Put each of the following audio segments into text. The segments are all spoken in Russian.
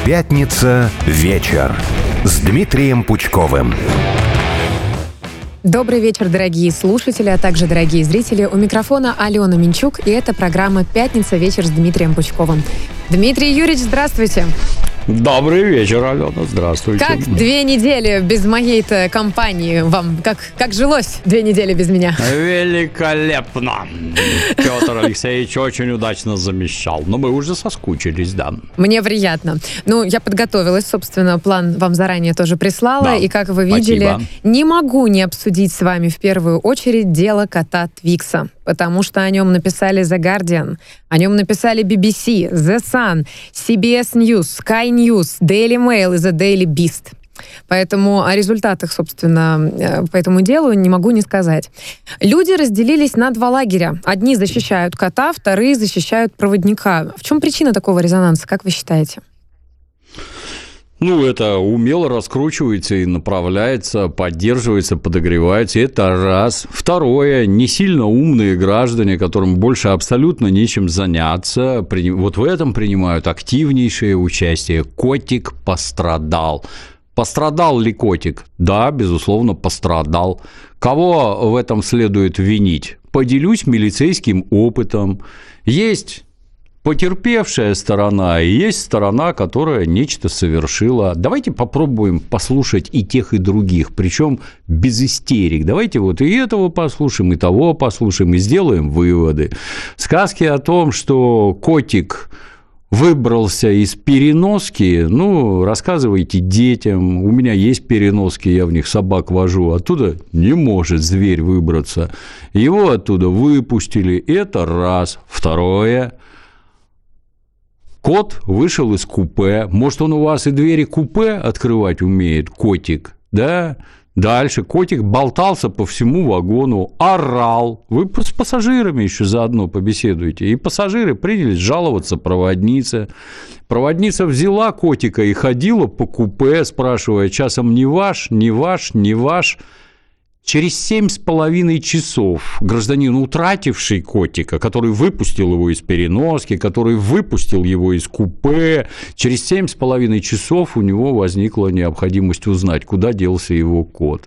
Пятница вечер с Дмитрием Пучковым. Добрый вечер, дорогие слушатели, а также дорогие зрители. У микрофона Алена Минчук, и это программа «Пятница вечер» с Дмитрием Пучковым. Дмитрий Юрьевич, здравствуйте. Добрый вечер, Алена, здравствуйте. Как 2 недели без моей-то компании вам? Как жилось 2 недели без меня? Великолепно. Петр Алексеевич очень удачно замещал. Но мы уже соскучились, да. Мне приятно. Я подготовилась, собственно, план вам заранее тоже прислала. Да. И, как вы видели, спасибо. Не могу не обсудить с вами в первую очередь дело кота Твикса. Потому что о нем написали The Guardian, о нем написали BBC, The Sun, CBS News, Sky News, Daily Mail и The Daily Beast. Поэтому о результатах, собственно, по этому делу не могу не сказать. Люди разделились на 2 лагеря. Одни защищают кота, вторые защищают проводника. В чем причина такого резонанса, как вы считаете? Это умело раскручивается и направляется, поддерживается, подогревается. Это раз. Второе. Не сильно умные граждане, которым больше абсолютно нечем заняться, вот в этом принимают активнейшее участие. Котик пострадал. Пострадал ли котик? Да, безусловно, пострадал. Кого в этом следует винить? Поделюсь милицейским опытом. Есть потерпевшая сторона и есть сторона, которая нечто совершила. Давайте попробуем послушать и тех, и других, причем без истерик. Давайте и этого послушаем, и того послушаем, и сделаем выводы. Сказки о том, что котик выбрался из переноски, рассказывайте детям. У меня есть переноски, я в них собак вожу. Оттуда не может зверь выбраться. Его оттуда выпустили. Это раз. Второе. Кот вышел из купе. Может, он у вас и двери купе открывать умеет, котик, да? Дальше котик болтался по всему вагону, орал. Вы с пассажирами еще заодно побеседуете. И пассажиры принялись жаловаться проводнице. Проводница взяла котика и ходила по купе, спрашивая, часом не ваш, не ваш, не ваш. Через 7,5 часов гражданин, утративший котика, который выпустил его из переноски, который выпустил его из купе, через 7,5 часов у него возникла необходимость узнать, куда делся его кот.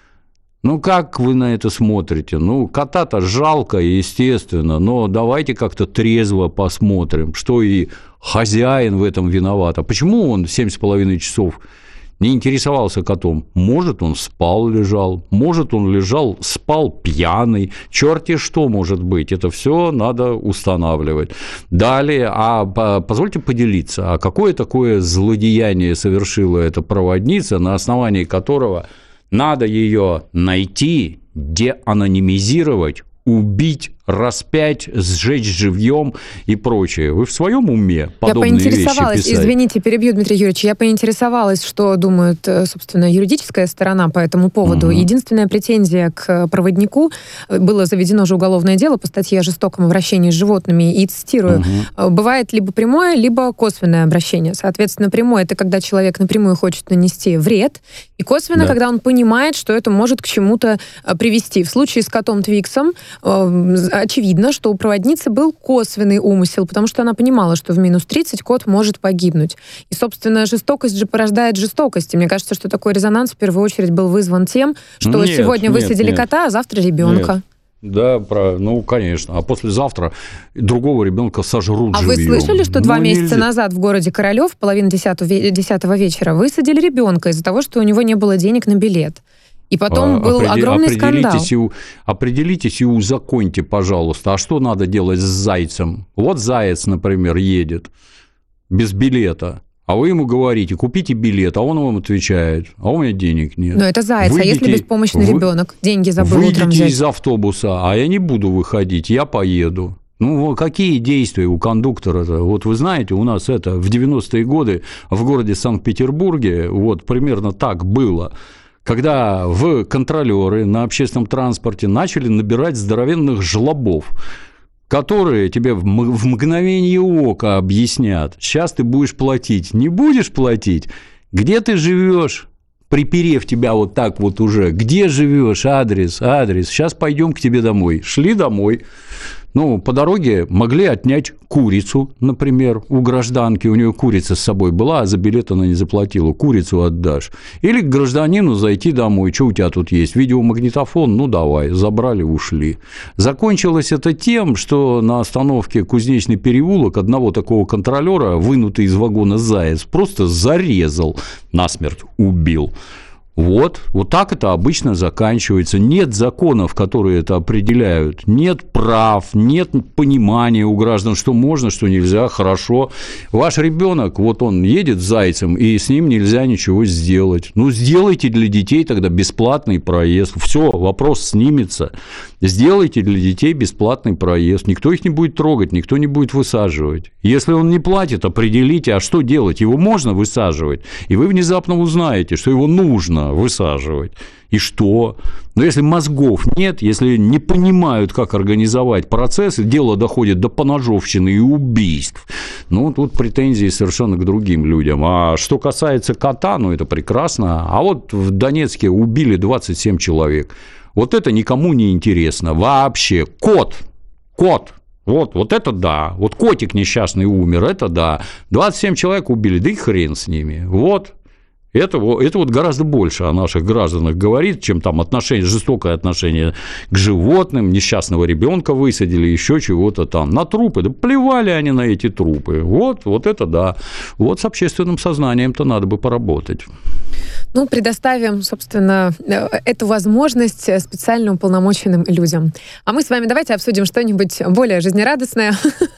Как вы на это смотрите? Кота-то жалко, естественно, но давайте как-то трезво посмотрим, что и хозяин в этом виноват. А почему он 7,5 часов не интересовался котом? Может, он спал, лежал, может, он лежал, спал пьяный, черти что может быть, это все надо устанавливать. Далее, позвольте поделиться, какое такое злодеяние совершила эта проводница, на основании которого надо ее найти, деанонимизировать, убить, распять, сжечь живьем и прочее. Вы в своем уме подобные вещи писать? Извините, перебью, Дмитрий Юрьевич, я поинтересовалась, что думает, собственно, юридическая сторона по этому поводу. Единственная претензия к проводнику, было заведено же уголовное дело по статье о жестоком обращении с животными, и цитирую, бывает либо прямое, либо косвенное обращение. Соответственно, прямое — это когда человек напрямую хочет нанести вред, и косвенно, когда он понимает, что это может к чему-то привести. В случае с котом Твиксом очевидно, что у проводницы был косвенный умысел, потому что она понимала, что в минус 30 кот может погибнуть. И, собственно, жестокость же порождает жестокость. И мне кажется, что такой резонанс в первую очередь был вызван тем, что сегодня высадили кота, а завтра ребенка. Да, конечно. А послезавтра другого ребенка сожрут живьем. А вы слышали, что 2 месяца назад в городе Королёв, половина 10 вечера, высадили ребенка из-за того, что у него не было денег на билет? И потом был огромный скандал. Определитесь и узаконьте, пожалуйста, а что надо делать с зайцем? Вот заяц, например, едет без билета, а вы ему говорите, купите билет, а он вам отвечает, а у меня денег нет. Но это заяц, а если беспомощный ребенок? Деньги забыл утром взять. Выйдите из автобуса, а я не буду выходить, я поеду. Какие действия у кондуктора-то? Вы знаете, у нас в 90-е годы в городе Санкт-Петербурге примерно так было. Когда в контролеры на общественном транспорте начали набирать здоровенных жлобов, которые тебе в мгновение ока объяснят, сейчас ты будешь платить, не будешь платить, где ты живешь, приперев тебя вот так вот уже, где живешь, адрес, сейчас пойдем к тебе домой. Шли домой, Ну, по дороге могли отнять курицу, например, у гражданки. У нее курица с собой была, а за билет она не заплатила. Курицу отдашь. Или к гражданину зайти домой. Что у тебя тут есть? Видеомагнитофон? Ну, давай. Забрали, ушли. Закончилось это тем, что на остановке Кузнечный переулок одного такого контролера, вынутый из вагона заяц, просто зарезал, насмерть убил. Вот так это обычно заканчивается. Нет законов, которые это определяют, нет прав, нет понимания у граждан, что можно, что нельзя, хорошо. Ваш ребенок, вот он едет с зайцем, и с ним нельзя ничего сделать. Ну, сделайте для детей тогда бесплатный проезд. Все, вопрос снимется. Сделайте для детей бесплатный проезд. Никто их не будет трогать, никто не будет высаживать. Если он не платит, определите, а что делать? Его можно высаживать, и вы внезапно узнаете, что его нужно высаживать. И что? Но если мозгов нет, если не понимают, как организовать процессы, дело доходит до поножовщины и убийств, ну, тут претензии совершенно к другим людям. А что касается кота, ну, это прекрасно. А вот в Донецке убили 27 человек. Вот это никому не интересно. Вообще. Кот. Вот это да. Вот котик несчастный умер, это да. 27 человек убили, да и хрен с ними. Вот. Это вот гораздо больше о наших гражданах говорит, чем там жестокое отношение к животным, несчастного ребенка высадили, еще чего-то там. На трупы, да плевали они на эти трупы. Вот это да. Вот с общественным сознанием-то надо бы поработать. Ну, предоставим, собственно, эту возможность специально уполномоченным людям. А мы с вами давайте обсудим что-нибудь более жизнерадостное.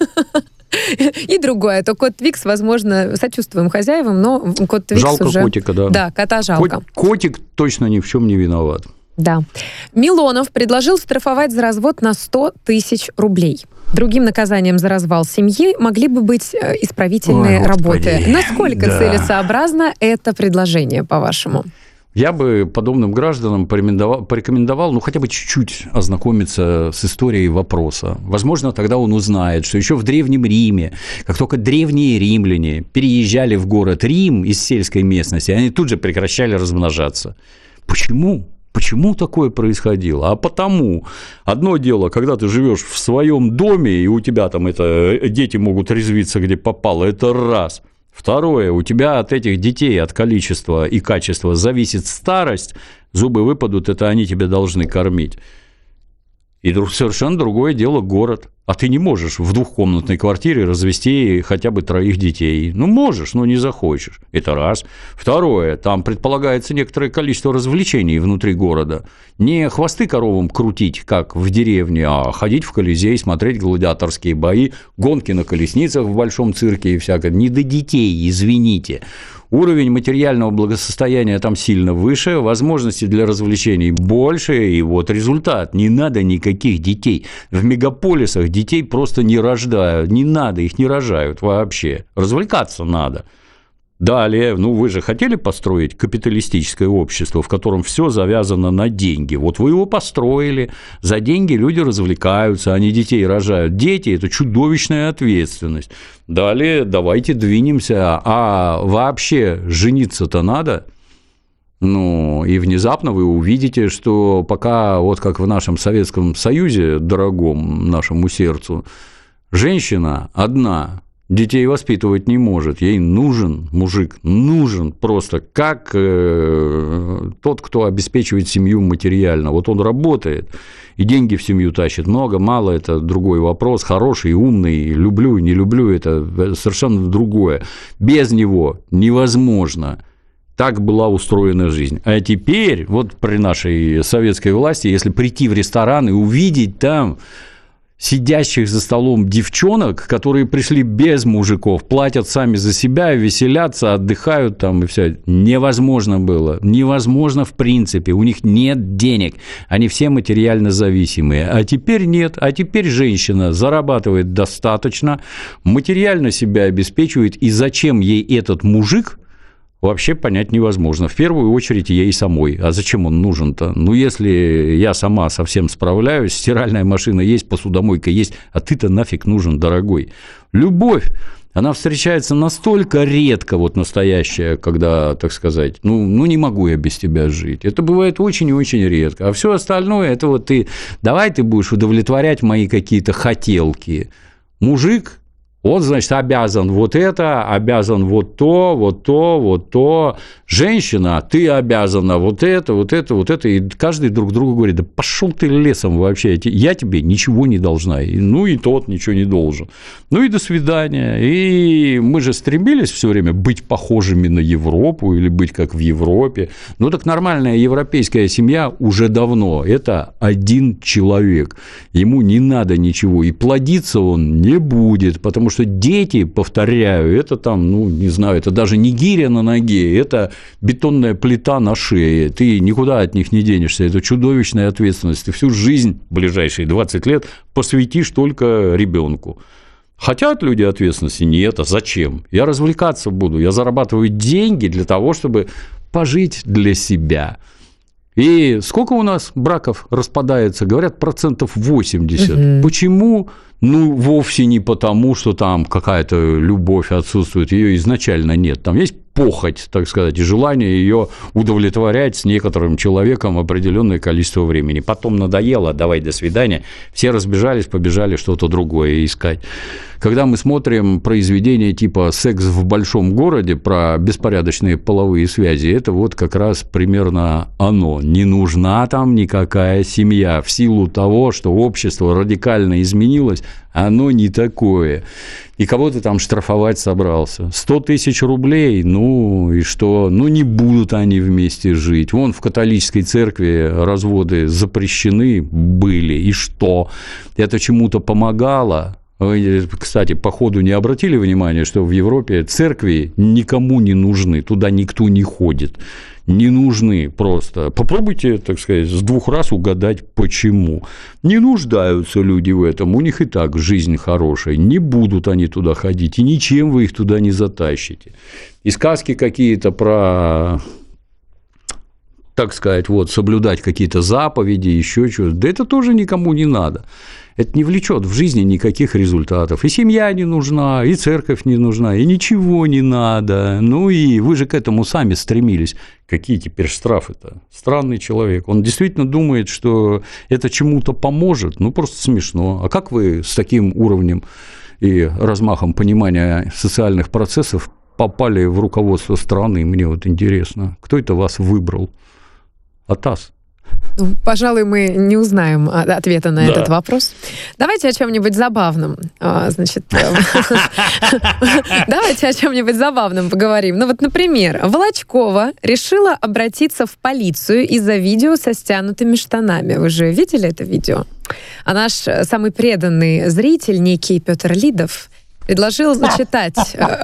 И другое. То кот Твикс, возможно, сочувствуем хозяевам, но кот Твикс жалко уже... котика, да. Да, кота жалко. Котик точно ни в чем не виноват. Да. Милонов предложил штрафовать за развод на 100 тысяч рублей. Другим наказанием за развал семьи могли бы быть исправительные работы. Насколько целесообразно это предложение, по-вашему? Я бы подобным гражданам порекомендовал, ну, хотя бы чуть-чуть ознакомиться с историей вопроса. Возможно, тогда он узнает, что еще в Древнем Риме, как только древние римляне переезжали в город Рим из сельской местности, они тут же прекращали размножаться. Почему? Почему такое происходило? А потому, одно дело, когда ты живешь в своем доме, и у тебя там дети могут резвиться, где попало, это раз. Второе, у тебя от этих детей, от количества и качества зависит старость, зубы выпадут, это они тебя должны кормить. И совершенно другое дело город. А ты не можешь в двухкомнатной квартире развести хотя бы 3 детей. Ну, можешь, но не захочешь. Это раз. Второе, там предполагается некоторое количество развлечений внутри города. Не хвосты коровам крутить, как в деревне, а ходить в Колизей, смотреть гладиаторские бои, гонки на колесницах в большом цирке и всякое. Не до детей, извините. Уровень материального благосостояния там сильно выше, возможностей для развлечений больше, и вот результат. Не надо никаких детей. В мегаполисах детей просто не рождают, не надо, их не рожают вообще. Развлекаться надо. Далее, ну вы же хотели построить капиталистическое общество, в котором все завязано на деньги. Вот вы его построили, за деньги люди развлекаются, они детей рожают. Дети – это чудовищная ответственность. Далее давайте двинемся, а вообще жениться-то надо? Ну, и внезапно вы увидите, что пока, вот как в нашем Советском Союзе, дорогом нашему сердцу, женщина одна детей воспитывать не может, ей нужен мужик, нужен просто как тот, кто обеспечивает семью материально. Вот он работает и деньги в семью тащит, много, мало – это другой вопрос, хороший, умный, люблю, не люблю – это совершенно другое. Без него невозможно. Так была устроена жизнь. А теперь, вот при нашей советской власти, если прийти в ресторан и увидеть там сидящих за столом девчонок, которые пришли без мужиков, платят сами за себя, веселятся, отдыхают там и все. Невозможно было. Невозможно в принципе. У них нет денег. Они все материально зависимые. А теперь нет. А теперь женщина зарабатывает достаточно, материально себя обеспечивает. И зачем ей этот мужик? Вообще понять невозможно. В первую очередь ей самой. А зачем он нужен-то? Ну, если я сама совсем справляюсь, стиральная машина есть, посудомойка есть, а ты-то нафиг нужен, дорогой. Любовь Она встречается настолько редко, вот настоящая, когда, так сказать, ну не могу я без тебя жить. Это бывает очень и очень редко. А все остальное, это вот давай ты будешь удовлетворять мои какие-то хотелки. Мужик, он, значит, обязан вот это, обязан вот то, вот то, вот то. Женщина, ты обязана вот это, вот это, вот это. И каждый друг другу говорит, да пошел ты лесом вообще, я тебе ничего не должна. И тот ничего не должен. Ну и до свидания. И мы же стремились все время быть похожими на Европу или быть как в Европе. Ну так нормальная европейская семья уже давно. Это один человек. Ему не надо ничего. И плодиться он не будет, потому что дети, повторяю, это там, не знаю, это даже не гиря на ноге, это бетонная плита на шее, ты никуда от них не денешься, это чудовищная ответственность, ты всю жизнь, ближайшие 20 лет, посвятишь только ребенку. Хотят люди ответственности? Нет, а зачем? Я развлекаться буду, я зарабатываю деньги для того, чтобы пожить для себя. И сколько у нас браков распадается? Говорят, 80%. Почему? Вовсе не потому, что там какая-то любовь отсутствует, ее изначально нет. Там есть похоть, так сказать, и желание ее удовлетворять с некоторым человеком определенное количество времени. Потом надоело, давай, до свидания. Все разбежались, побежали что-то другое искать. Когда мы смотрим произведения типа «Секс в большом городе» про беспорядочные половые связи, это вот как раз примерно оно. Не нужна там никакая семья в силу того, что общество радикально изменилось, оно не такое. И кого ты там штрафовать собрался? 100 тысяч рублей? И что? Не будут они вместе жить. Вон в католической церкви разводы запрещены были. И что? Это чему-то помогало? Вы, кстати, по ходу не обратили внимания, что в Европе церкви никому не нужны, туда никто не ходит. Не нужны просто. Попробуйте, так сказать, с 2 раз угадать, почему. Не нуждаются люди в этом, у них и так жизнь хорошая, не будут они туда ходить, и ничем вы их туда не затащите. И сказки какие-то про, так сказать, соблюдать какие-то заповеди, еще что-то, да это тоже никому не надо. Это не влечет в жизни никаких результатов. И семья не нужна, и церковь не нужна, и ничего не надо. И вы же к этому сами стремились. Какие теперь штрафы-то? Странный человек. Он действительно думает, что это чему-то поможет. Просто смешно. А как вы с таким уровнем и размахом понимания социальных процессов попали в руководство страны? Мне интересно. Кто это вас выбрал? АТАС. Пожалуй, мы не узнаем ответа на этот вопрос. Давайте о чем-нибудь забавном. Давайте о чем-нибудь забавном поговорим. Например, Волочкова решила обратиться в полицию из-за видео со стянутыми штанами. Вы же видели это видео? А наш самый преданный зритель, некий Петр Лидов, предложил зачитать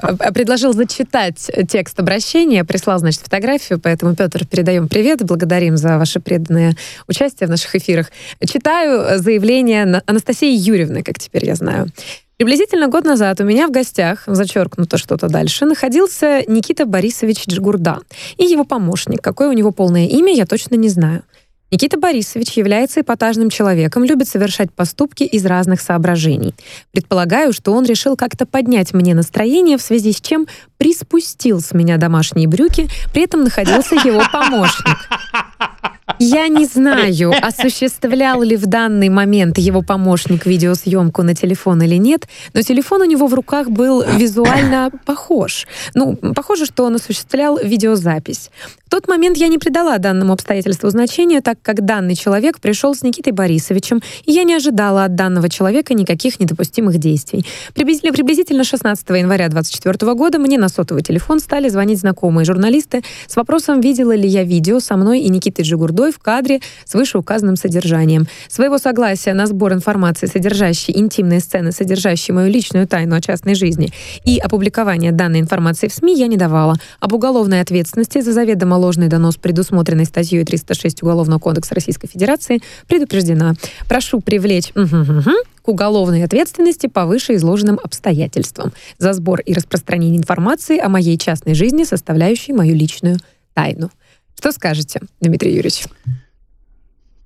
текст обращения, прислал, фотографию, поэтому, Петр, передаем привет, благодарим за ваше преданное участие в наших эфирах. Читаю заявление Анастасии Юрьевны, как теперь я знаю. Приблизительно год назад у меня в гостях, зачеркнуто что-то дальше, находился Никита Борисович Джигурда и его помощник. Какое у него полное имя, я точно не знаю. Никита Борисович является эпатажным человеком, любит совершать поступки из разных соображений. Предполагаю, что он решил как-то поднять мне настроение, в связи с чем приспустил с меня домашние брюки, при этом находился его помощник. Я не знаю, осуществлял ли в данный момент его помощник видеосъемку на телефон или нет, но телефон у него в руках был визуально похож. Похоже, что он осуществлял видеозапись. В тот момент я не придала данному обстоятельству значения, так как данный человек пришел с Никитой Борисовичем, и я не ожидала от данного человека никаких недопустимых действий. Приблизительно 16 января 2024 года мне на сотовый телефон стали звонить знакомые журналисты с вопросом, видела ли я видео со мной и Никитой Джигурдой в кадре с вышеуказанным содержанием. Своего согласия на сбор информации, содержащей интимные сцены, содержащие мою личную тайну о частной жизни, и опубликование данной информации в СМИ я не давала. Об уголовной ответственности за заведомо ложный донос, предусмотренный статьей 306 Уголовного кодекса Российской Федерации, предупреждена. Прошу привлечь к уголовной ответственности по вышеизложенным обстоятельствам за сбор и распространение информации о моей частной жизни, составляющей мою личную тайну. Что скажете, Дмитрий Юрьевич?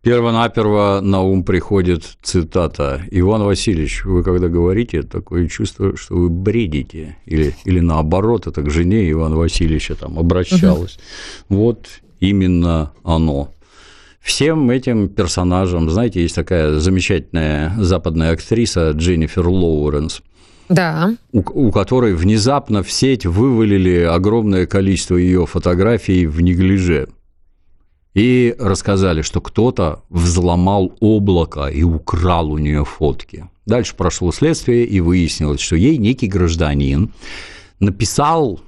Первонаперво на ум приходит цитата. Иван Васильевич, вы когда говорите, такое чувство, что вы бредите. Или наоборот, это к жене Ивана Васильевича там обращалась. Вот именно оно. Всем этим персонажам, знаете, есть такая замечательная западная актриса Дженнифер Лоуренс, да. у которой внезапно в сеть вывалили огромное количество ее фотографий в неглиже. И рассказали, что кто-то взломал облако и украл у нее фотки. Дальше прошло следствие, и выяснилось, что ей некий гражданин написал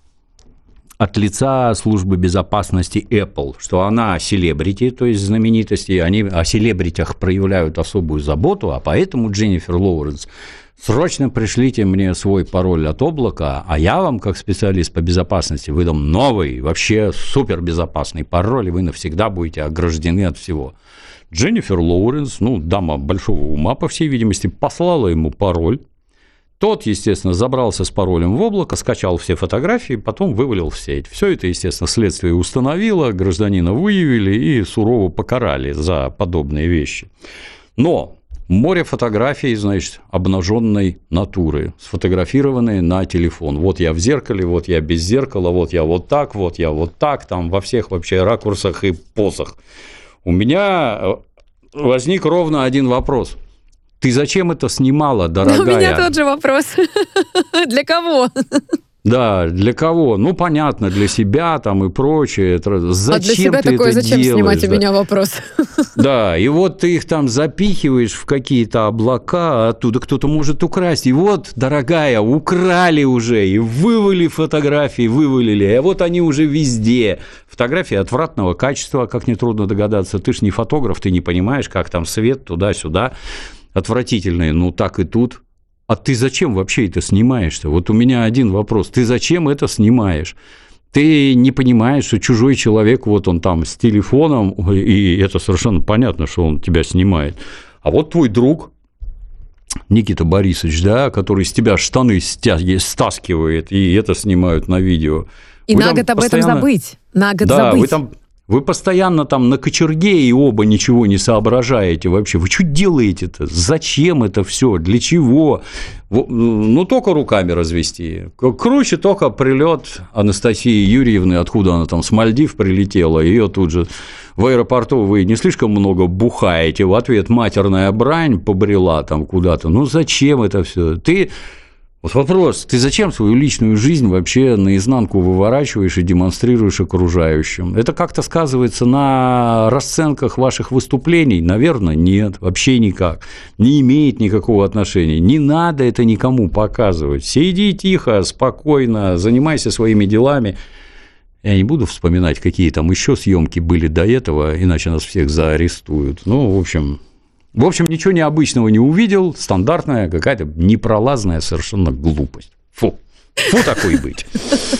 от лица службы безопасности Apple, что она селебрити, то есть знаменитости, они о селебритях проявляют особую заботу, а поэтому, Дженнифер Лоуренс, срочно пришлите мне свой пароль от облака, а я вам, как специалист по безопасности, выдам новый, вообще супербезопасный пароль, и вы навсегда будете ограждены от всего. Дженнифер Лоуренс, дама большого ума, по всей видимости, послала ему пароль. Тот, естественно, забрался с паролем в облако, скачал все фотографии, потом вывалил в сеть. Все это, естественно, следствие установило, гражданина выявили и сурово покарали за подобные вещи. Но море фотографий, значит, обнаженной натуры, сфотографированные на телефон. Вот я в зеркале, вот я без зеркала, вот я вот так, там во всех вообще ракурсах и позах. У меня возник ровно один вопрос. Ты зачем это снимала, дорогая? У меня тот же вопрос. Для кого? Да, для кого? Понятно, для себя там и прочее. Зачем для себя ты такое, это зачем делаешь? Снимать у меня вопрос. Да, и вот ты их там запихиваешь в какие-то облака, а оттуда кто-то может украсть. И вот, дорогая, украли уже, и вывалили фотографии, а вот они уже везде. Фотографии отвратного качества, как нетрудно догадаться. Ты ж не фотограф, ты не понимаешь, как там свет туда-сюда. Отвратительные, так и тут. А ты зачем вообще это снимаешь-то? Вот у меня один вопрос. Ты зачем это снимаешь? Ты не понимаешь, что чужой человек, вот он там с телефоном, и это совершенно понятно, что он тебя снимает. А вот твой друг Никита Борисович, да, который с тебя штаны стаскивает, и это снимают на видео. И на год об этом забыть. На год забыть. Вы постоянно там на кочерге и оба ничего не соображаете вообще. Вы что делаете-то? Зачем это все? Для чего? Только руками развести. Круче только прилет Анастасии Юрьевны, откуда она там, с Мальдив прилетела, ее тут же в аэропорту вы не слишком много бухаете, в ответ матерная брань побрела там куда-то. Зачем это все? Вот вопрос, ты зачем свою личную жизнь вообще наизнанку выворачиваешь и демонстрируешь окружающим? Это как-то сказывается на расценках ваших выступлений? Наверное, нет, вообще никак. Не имеет никакого отношения. Не надо это никому показывать. Сиди тихо, спокойно, занимайся своими делами. Я не буду вспоминать, какие там еще съемки были до этого, иначе нас всех заарестуют. В общем, ничего необычного не увидел, стандартная какая-то непролазная совершенно глупость. Фу такой быть.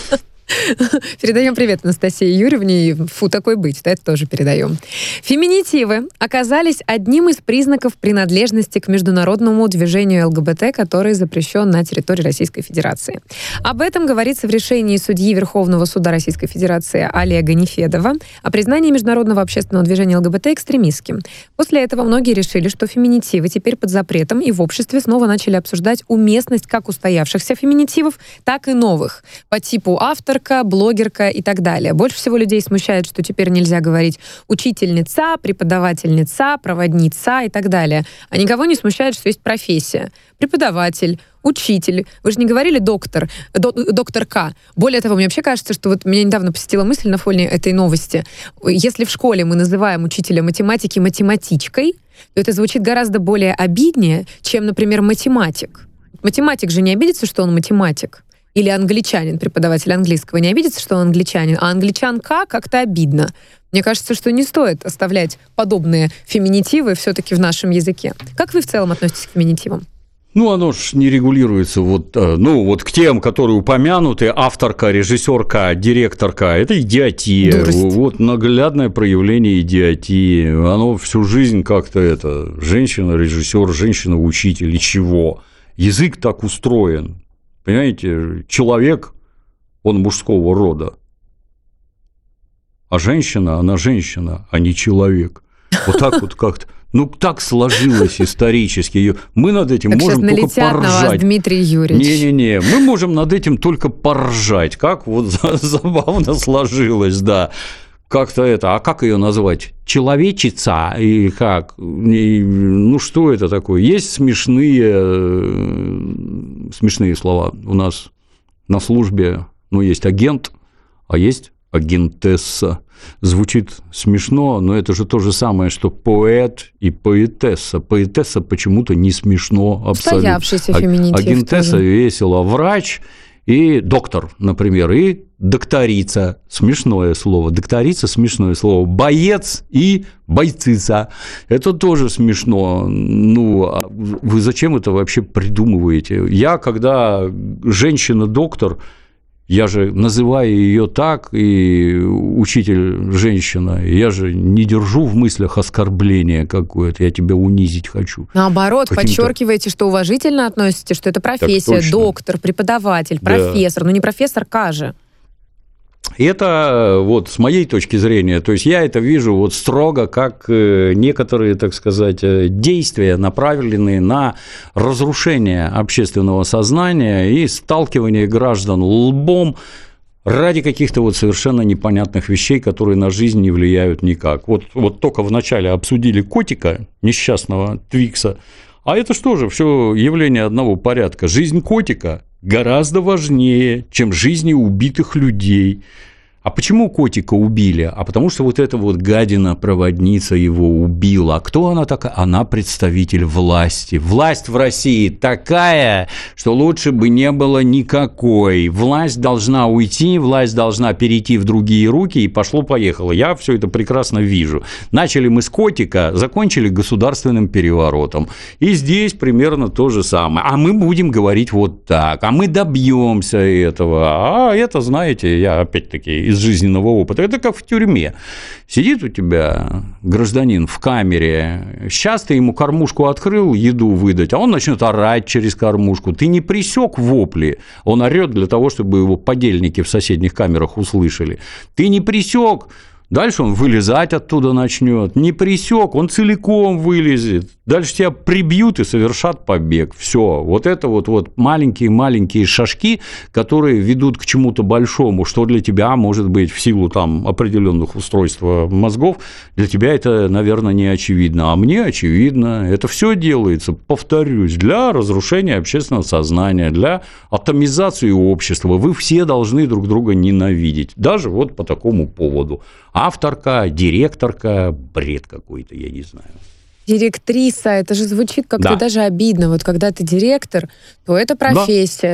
Передаем привет Анастасии Юрьевне, и фу такой быть, это тоже передаем. Феминитивы оказались одним из признаков принадлежности к международному движению ЛГБТ, который запрещен на территории Российской Федерации. Об этом говорится в решении судьи Верховного суда Российской Федерации Олега Нефедова о признании международного общественного движения ЛГБТ экстремистским. После этого многие решили, что феминитивы теперь под запретом, и в обществе снова начали обсуждать уместность как устоявшихся феминитивов, так и новых, по типу авторка, блогерка и так далее. Больше всего людей смущает, что теперь нельзя говорить учительница, преподавательница, проводница и так далее. А никого не смущает, что есть профессия. Преподаватель, учитель. Вы же не говорили доктор, докторка. Более того, мне вообще кажется, что вот меня недавно посетила мысль на фоне этой новости. Если в школе мы называем учителя математики математичкой, то это звучит гораздо более обиднее, чем, например, математик. Математик же не обидится, что он математик. Или англичанин, преподаватель английского, не обидится, что он англичанин, а англичанка как-то обидно. Мне кажется, что не стоит оставлять подобные феминитивы все-таки в нашем языке. Как вы в целом относитесь к феминитивам? Оно ж не регулируется вот к тем, которые упомянуты, авторка, режиссерка, директорка, это идиотия. Дурость. Вот наглядное проявление идиотии. Оно всю жизнь как-то женщина-режиссер, женщина-учитель и чего. Язык так устроен. Понимаете, человек, он мужского рода, а женщина, она женщина, а не человек. Вот так вот как-то. Так сложилось исторически. Мы над этим так можем только поржать. На вас, Дмитрий Юрьевич. Не-не-не, мы можем над этим только поржать. Как вот забавно сложилось, да. Как-то а как ее назвать? Человечица? Или как? Что это такое? Есть смешные слова. У нас на службе, есть агент, а есть агентесса. Звучит смешно, но это же то же самое, что поэт и поэтесса. Поэтесса почему-то не смешно абсолютно. Устоявшийся феминитив. Агентесса тоже весело. Врач и доктор, например, и докторица. Смешное слово. Докторица – смешное слово. Боец и бойцица. Это тоже смешно. Вы зачем это вообще придумываете? Я, когда женщина-доктор, я же называю ее так, и учитель женщина, я же не держу в мыслях оскорбления какое-то, я тебя унизить хочу. Наоборот, подчеркиваете, что уважительно относитесь, что это профессия, доктор, преподаватель, профессор, не профессор же. Это вот с моей точки зрения, то есть я это вижу вот строго как некоторые, так сказать, действия, направленные на разрушение общественного сознания и сталкивание граждан лбом ради каких-то вот совершенно непонятных вещей, которые на жизнь не влияют никак. Вот только вначале обсудили котика, несчастного Твикса, а это что же, все явление одного порядка. Жизнь котика гораздо важнее, чем жизни убитых людей. А почему котика убили? А потому что вот эта вот гадина-проводница его убила. А кто она такая? Она представитель власти. Власть в России такая, что лучше бы не было никакой. Власть должна уйти, власть должна перейти в другие руки, и пошло-поехало. Я все это прекрасно вижу. Начали мы с котика, закончили государственным переворотом. И здесь примерно то же самое. А мы будем говорить вот так. А мы добьемся этого. А это, знаете, я опять-таки из жизненного опыта. Это как в тюрьме. Сидит у тебя гражданин в камере, сейчас ты ему кормушку открыл, еду выдать, а он начнет орать через кормушку. Ты не пресек вопли, он орет для того, чтобы его подельники в соседних камерах услышали. Ты не пресек. Дальше он вылезать оттуда начнет. Не пресек, он целиком вылезет. Дальше тебя прибьют и совершат побег. Все. Вот это вот маленькие-маленькие шажки, которые ведут к чему-то большому, что для тебя может быть в силу там определенных устройств мозгов, для тебя это, наверное, не очевидно. А мне очевидно. Это все делается, повторюсь, для разрушения общественного сознания, для атомизации общества. Вы все должны друг друга ненавидеть. Даже вот по такому поводу. Авторка, директорка, бред какой-то, я не знаю. Директриса, это же звучит как-то даже обидно. Вот когда ты директор, то это профессия,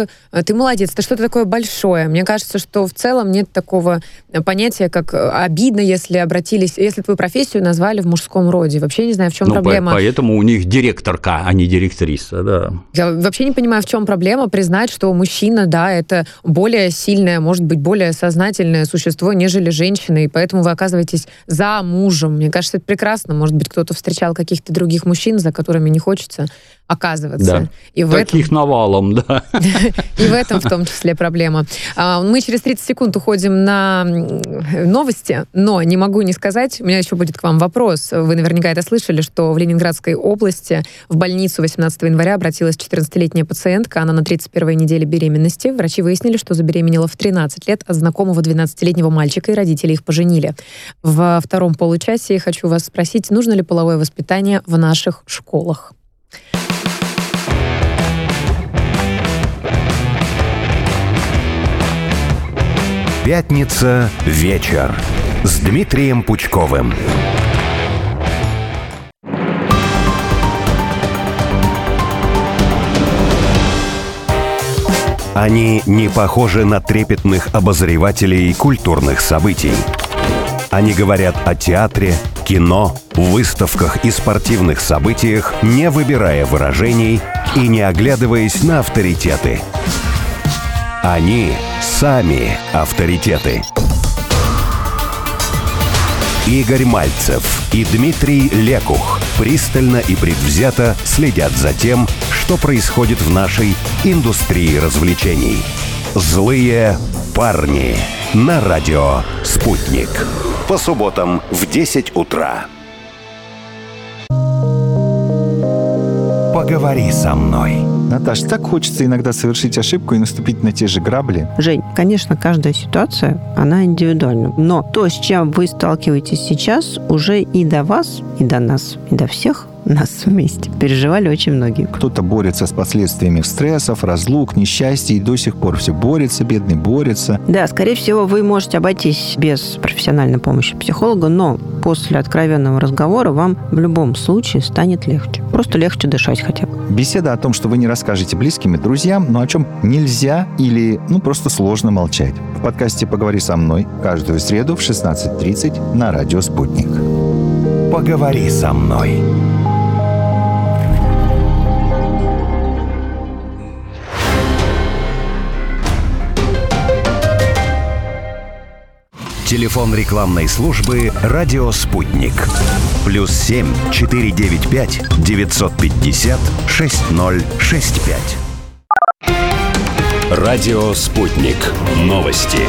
ты молодец, это что-то такое большое. Мне кажется, что в целом нет такого понятия, как обидно, если твою профессию назвали в мужском роде. Вообще не знаю, в чем проблема. Поэтому у них директорка, а не директриса, да. Я вообще не понимаю, в чем проблема признать, что мужчина, это более сильное, может быть, более сознательное существо, нежели женщина, и поэтому вы оказываетесь замужем. Мне кажется, это прекрасно. Может быть, кто-то встречал каких-то других мужчин, за которыми не хочется оказываться. Да. И таких навалом, да. И в этом в том числе проблема. Мы через 30 секунд уходим на новости, но не могу не сказать, у меня еще будет к вам вопрос. Вы наверняка это слышали, что в Ленинградской области в больницу 18 января обратилась 14-летняя пациентка, она на 31-й неделе беременности. Врачи выяснили, что забеременела в 13 лет от знакомого 12-летнего мальчика, и родители их поженили. Во втором получасе хочу вас спросить, нужно ли половое воспитание в наших школах? Пятница. Вечер с Дмитрием Пучковым. Они не похожи на трепетных обозревателей культурных событий. Они говорят о театре, кино, выставках и спортивных событиях, не выбирая выражений и не оглядываясь на авторитеты. Они сами авторитеты. Игорь Мальцев и Дмитрий Лекух пристально и предвзято следят за тем, что происходит в нашей индустрии развлечений. «Злые парни» на радио «Спутник». По субботам в 10 утра. Поговори со мной. Наташ, так хочется иногда совершить ошибку и наступить на те же грабли. Жень, конечно, каждая ситуация, она индивидуальна. Но то, с чем вы сталкиваетесь сейчас, уже и до вас, и до нас, и до всех нас вместе переживали очень многие. Кто-то борется с последствиями стрессов, разлук, несчастья, и до сих пор все борется, бедный борется. Да, скорее всего, вы можете обойтись без профессиональной помощи психолога, но после откровенного разговора вам в любом случае станет легче. Просто легче дышать хотя бы. Беседа о том, что вы не расскажете близким и друзьям, но о чем нельзя или просто сложно молчать. В подкасте «Поговори со мной» каждую среду в 16:30 на радио «Спутник». Поговори со мной. Телефон рекламной службы «Радио Спутник». +7 495 950 6065. Радио Спутник. Новости.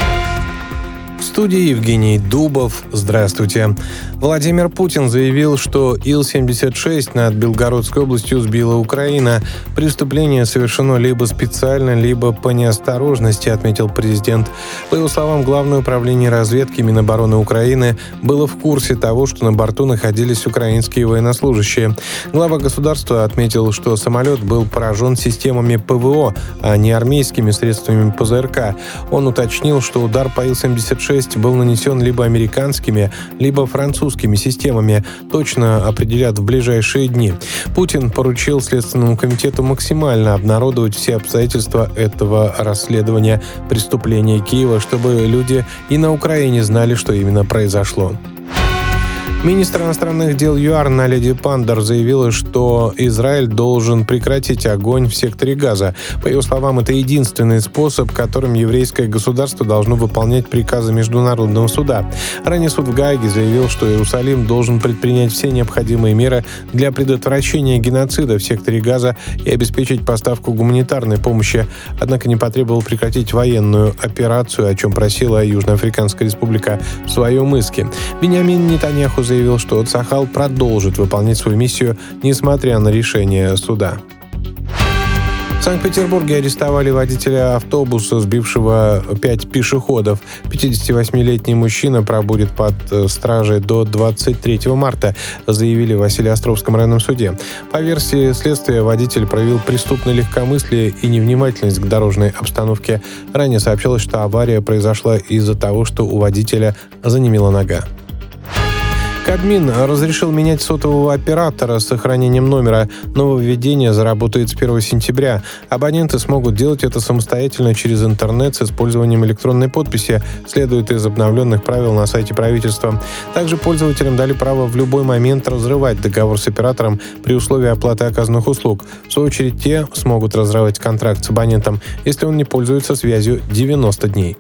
В студии Евгений Дубов. Здравствуйте. Владимир Путин заявил, что Ил-76 над Белгородской областью сбила Украина. Преступление совершено либо специально, либо по неосторожности, отметил президент. По его словам, Главное управление разведки Минобороны Украины было в курсе того, что на борту находились украинские военнослужащие. Глава государства отметил, что самолет был поражен системами ПВО, а не армейскими средствами ПЗРК. Он уточнил, что удар по Ил-76 был нанесен либо американскими, либо французскими системами. Точно определят в ближайшие дни. Путин поручил Следственному комитету максимально обнародовать все обстоятельства этого расследования преступления Киева, чтобы люди и на Украине знали, что именно произошло. Министр иностранных дел ЮАР Наледи Пандер заявила, что Израиль должен прекратить огонь в секторе Газа. По ее словам, это единственный способ, которым еврейское государство должно выполнять приказы Международного суда. Ранее суд в Гааге заявил, что Иерусалим должен предпринять все необходимые меры для предотвращения геноцида в секторе Газа и обеспечить поставку гуманитарной помощи, однако не потребовал прекратить военную операцию, о чем просила Южноафриканская республика в своем иске. Биньямин Нетаньяху заявил, что Цахал продолжит выполнять свою миссию, несмотря на решение суда. В Санкт-Петербурге арестовали водителя автобуса, сбившего 5 пешеходов. 58-летний мужчина пробудет под стражей до 23 марта, заявили в Василеостровском районном суде. По версии следствия, водитель проявил преступное легкомыслие и невнимательность к дорожной обстановке. Ранее сообщалось, что авария произошла из-за того, что у водителя занемела нога. Кабмин разрешил менять сотового оператора с сохранением номера. Нововведение заработает с 1 сентября. Абоненты смогут делать это самостоятельно через интернет с использованием электронной подписи, следует из обновленных правил на сайте правительства. Также пользователям дали право в любой момент разрывать договор с оператором при условии оплаты оказанных услуг. В свою очередь, те смогут разрывать контракт с абонентом, если он не пользуется связью 90 дней.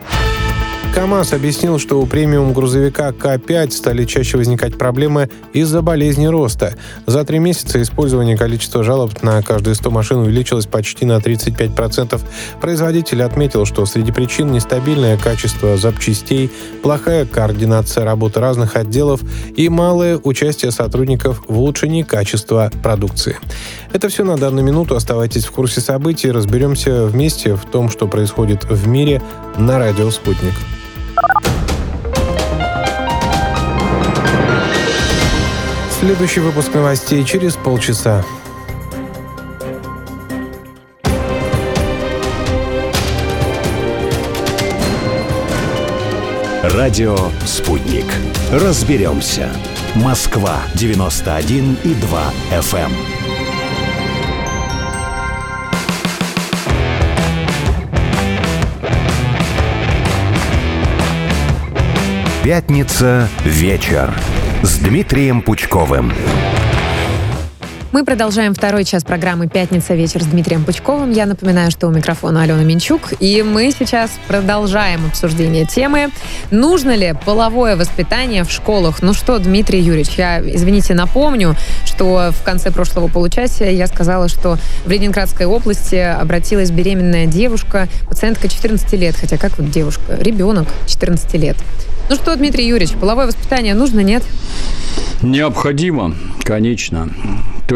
КАМАЗ объяснил, что у премиум-грузовика К5 стали чаще возникать проблемы из-за болезни роста. За 3 месяца использование количества жалоб на каждые 100 машин увеличилось почти на 35%. Производитель отметил, что среди причин нестабильное качество запчастей, плохая координация работы разных отделов и малое участие сотрудников в улучшении качества продукции. Это все на данную минуту. Оставайтесь в курсе событий. Разберемся вместе в том, что происходит в мире на радио «Спутник». Следующий выпуск новостей через полчаса. Радио «Спутник». Разберемся. Москва 91,2 FM. Пятница. Вечер. С Дмитрием Пучковым. Мы продолжаем второй час программы «Пятница. Вечер» с Дмитрием Пучковым. Я напоминаю, что у микрофона Алена Минчук. И мы сейчас продолжаем обсуждение темы. Нужно ли половое воспитание в школах? Ну что, Дмитрий Юрьевич, я, извините, напомню, что в конце прошлого получаса я сказала, что в Ленинградской области обратилась беременная девушка, пациентка 14 лет. Хотя как вот девушка? Ребенок 14 лет. Ну что, Дмитрий Юрьевич, половое воспитание нужно, нет? Необходимо, конечно. То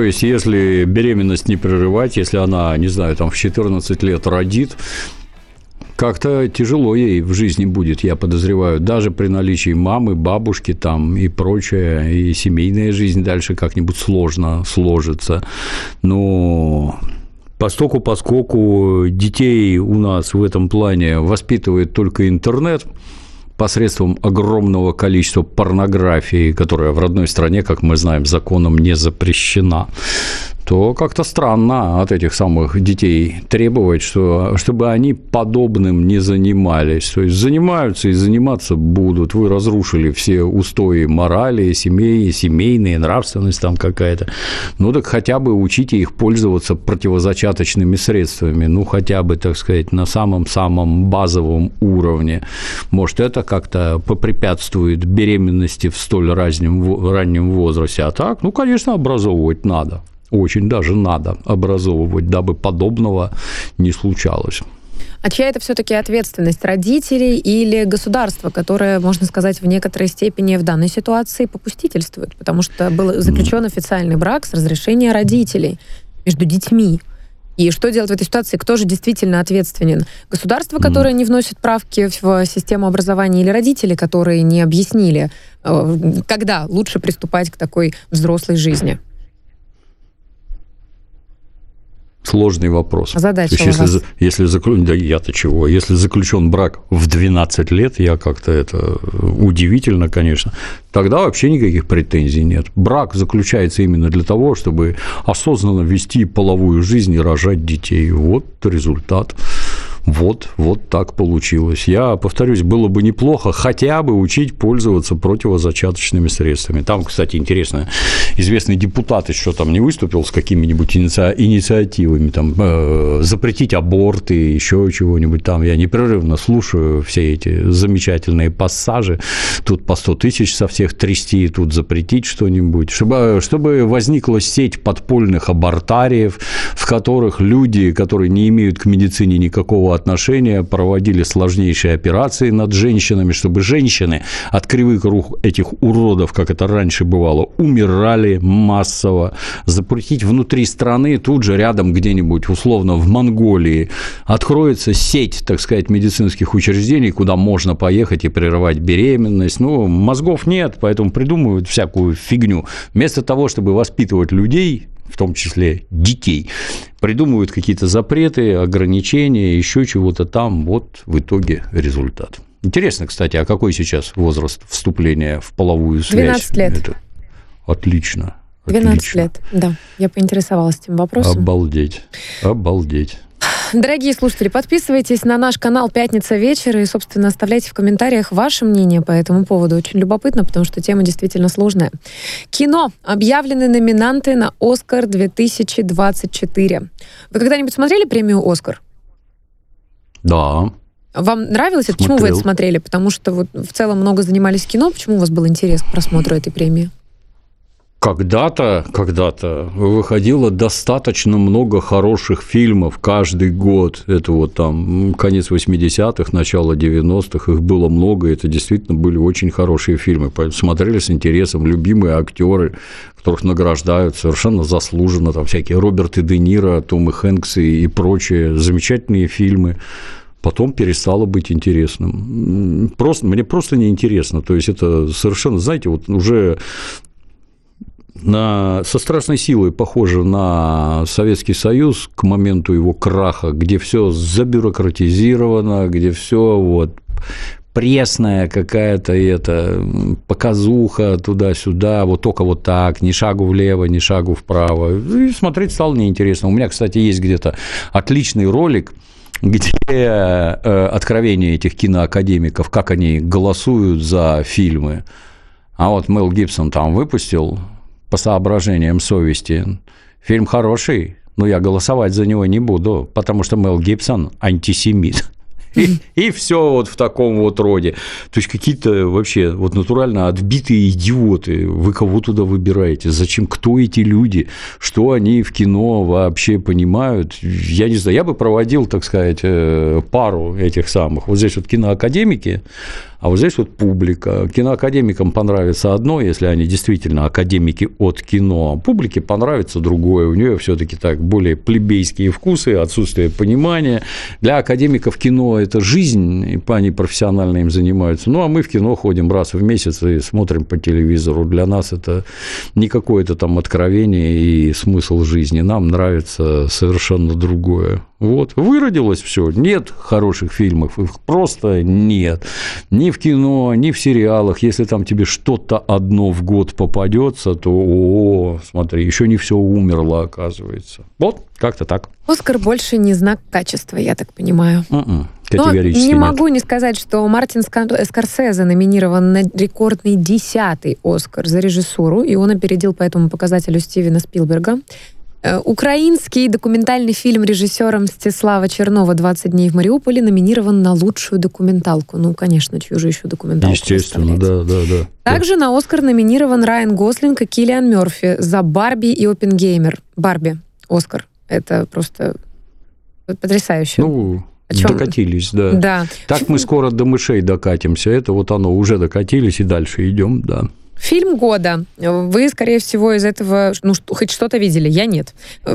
есть, если беременность не прерывать, если она, не знаю, там в 14 лет родит, как-то тяжело ей в жизни будет, я подозреваю, даже при наличии мамы, бабушки там и прочее, и семейная жизнь дальше как-нибудь сложно сложится. Но поскольку детей у нас в этом плане воспитывает только интернет, посредством огромного количества порнографии, которая в родной стране, как мы знаем, законом не запрещена, то как-то странно от этих самых детей требовать, чтобы они подобным не занимались. То есть занимаются и заниматься будут. Вы разрушили все устои морали, семейные, нравственность там какая-то. Ну так хотя бы учите их пользоваться противозачаточными средствами. Ну хотя бы, так сказать, на самом-самом базовом уровне. Может, это как-то попрепятствует беременности в столь раннем возрасте. А так, ну, конечно, образовывать надо. Очень даже надо образовывать, дабы подобного не случалось. А чья это все-таки ответственность, родителей или государства, которое, можно сказать, в некоторой степени в данной ситуации попустительствует? Потому что был заключен официальный брак с разрешения родителей между детьми. И что делать в этой ситуации? Кто же действительно ответственен? Государство, которое не вносит правки в систему образования, или родители, которые не объяснили, когда лучше приступать к такой взрослой жизни? Сложный вопрос. Задача То есть, у вас. если заключен брак в 12 лет, это удивительно, конечно, тогда вообще никаких претензий нет. Брак заключается именно для того, чтобы осознанно вести половую жизнь и рожать детей. Вот результат. Вот так получилось. Я повторюсь, было бы неплохо хотя бы учить пользоваться противозачаточными средствами. Там, кстати, интересно, известный депутат еще там не выступил с какими-нибудь инициативами, там, запретить аборты, еще чего-нибудь там. Я непрерывно слушаю все эти замечательные пассажи. Тут по 100 тысяч со всех трясти, тут запретить что-нибудь. Чтобы возникла сеть подпольных абортариев, в которых люди, которые не имеют к медицине никакого отношения, проводили сложнейшие операции над женщинами, чтобы женщины от кривых рук этих уродов, как это раньше бывало, умирали массово. Запретить внутри страны, тут же рядом где-нибудь, условно, в Монголии, откроется сеть, так сказать, медицинских учреждений, куда можно поехать и прерывать беременность. Ну, мозгов нет, поэтому придумывают всякую фигню. Вместо того, чтобы воспитывать людей, в том числе детей, придумывают какие-то запреты, ограничения, еще чего-то там, вот в итоге результат. Интересно, кстати, а какой сейчас возраст вступления в половую связь? 12 лет. Это отлично. 12 лет, да. Я поинтересовалась этим вопросом. Обалдеть. Дорогие слушатели, подписывайтесь на наш канал «Пятница вечер» и, собственно, оставляйте в комментариях ваше мнение по этому поводу. Очень любопытно, потому что тема действительно сложная. Кино. Объявлены номинанты на «Оскар» 2024. Вы когда-нибудь смотрели премию «Оскар»? Да. Вам нравилось это? Смотрел. Почему вы это смотрели? Потому что вот в целом много занимались кино. Почему у вас был интерес к просмотру этой премии? Когда-то выходило достаточно много хороших фильмов каждый год. Это вот там конец 80-х, начало 90-х, их было много, это действительно были очень хорошие фильмы. Смотрели с интересом, любимые актеры, которых награждают совершенно заслуженно, там всякие Роберты Де Ниро, Томы Хэнксы и прочие замечательные фильмы. Потом перестало быть интересным. Мне просто неинтересно. То есть это совершенно, знаете, вот уже со страшной силой похоже на Советский Союз к моменту его краха, где все забюрократизировано, где все вот пресная какая-то показуха туда-сюда, вот только вот так, ни шагу влево, ни шагу вправо. И смотреть стало неинтересно. У меня, кстати, есть где-то отличный ролик, где откровения этих киноакадемиков, как они голосуют за фильмы. А вот Мел Гибсон там выпустил по соображениям совести. Фильм хороший, но я голосовать за него не буду, потому что Мел Гибсон антисемит. И все вот в таком вот роде. То есть какие-то вообще вот натурально отбитые идиоты. Вы кого туда выбираете? Зачем? Кто эти люди? Что они в кино вообще понимают? Я не знаю. Я бы проводил, так сказать, пару этих самых. Вот здесь вот киноакадемики, А вот здесь вот публика. Киноакадемикам понравится одно, если они действительно академики от кино, а публике понравится другое. У нее все-таки так более плебейские вкусы, отсутствие понимания. Для академиков кино – это жизнь, и они профессионально им занимаются. Ну, а мы в кино ходим раз в месяц и смотрим по телевизору. Для нас это не какое-то там откровение и смысл жизни. Нам нравится совершенно другое. Вот, выродилось все. Нет хороших фильмов, их просто нет. Ни в кино, ни в сериалах. Если там тебе что-то одно в год попадется, то, смотри, еще не все умерло, оказывается. Вот, как-то так. Оскар больше не знак качества, я так понимаю. Категорически не могу не сказать, что Мартин Скорсезе номинирован на рекордный 10-й Оскар за режиссуру, и он опередил по этому показателю Стивена Спилберга. Украинский документальный фильм режиссера Мстислава Чернова «20 дней в Мариуполе» номинирован на лучшую документалку. Ну, конечно, чью же еще документалку? Естественно, да. Также на «Оскар» номинирован Райан Гослинг и Киллиан Мёрфи за «Барби» и «Оппенгеймер». «Барби», «Оскар». Это просто потрясающе. Ну, докатились, да. Да. Так мы скоро до мышей докатимся. Это вот оно, уже докатились и дальше идем, да. Фильм года. Вы, скорее всего, из этого хоть что-то видели. Я нет.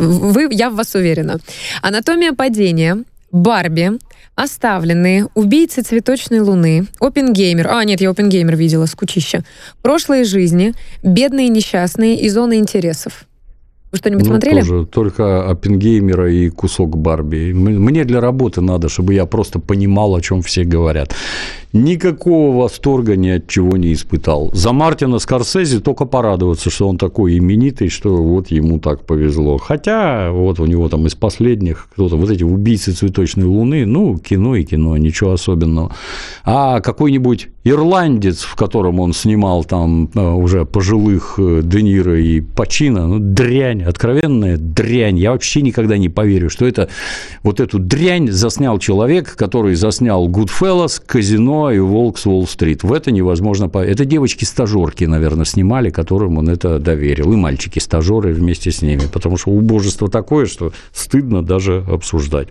Я в вас уверена. «Анатомия падения», «Барби», «Оставленные», «Убийцы цветочной луны», «Оппенгеймер». Нет, я «Оппенгеймер» видела, скучища. «Прошлые жизни», «Бедные и несчастные» и «Зона интересов». Вы что-нибудь смотрели? Тоже, только «Оппенгеймера» и кусок «Барби». Мне для работы надо, чтобы я просто понимал, о чем все говорят. Никакого восторга ни от чего не испытал. За Мартина Скорсезе только порадоваться, что он такой именитый, что вот ему так повезло. Хотя вот у него там из последних кто-то, вот эти «Убийцы цветочной луны», ну, кино и кино, ничего особенного. А какой-нибудь ирландец, в котором он снимал там уже пожилых Де Ниро и Пачино, ну, дрянь, откровенная дрянь. Я вообще никогда не поверю, что это вот эту дрянь заснял человек, который заснял «Гудфеллас», «Казино» и «Волк с Уолл-стрит». В это невозможно поверить. Это девочки-стажерки, наверное, снимали, которым он это доверил. И мальчики-стажеры вместе с ними. Потому что убожество такое, что стыдно даже обсуждать.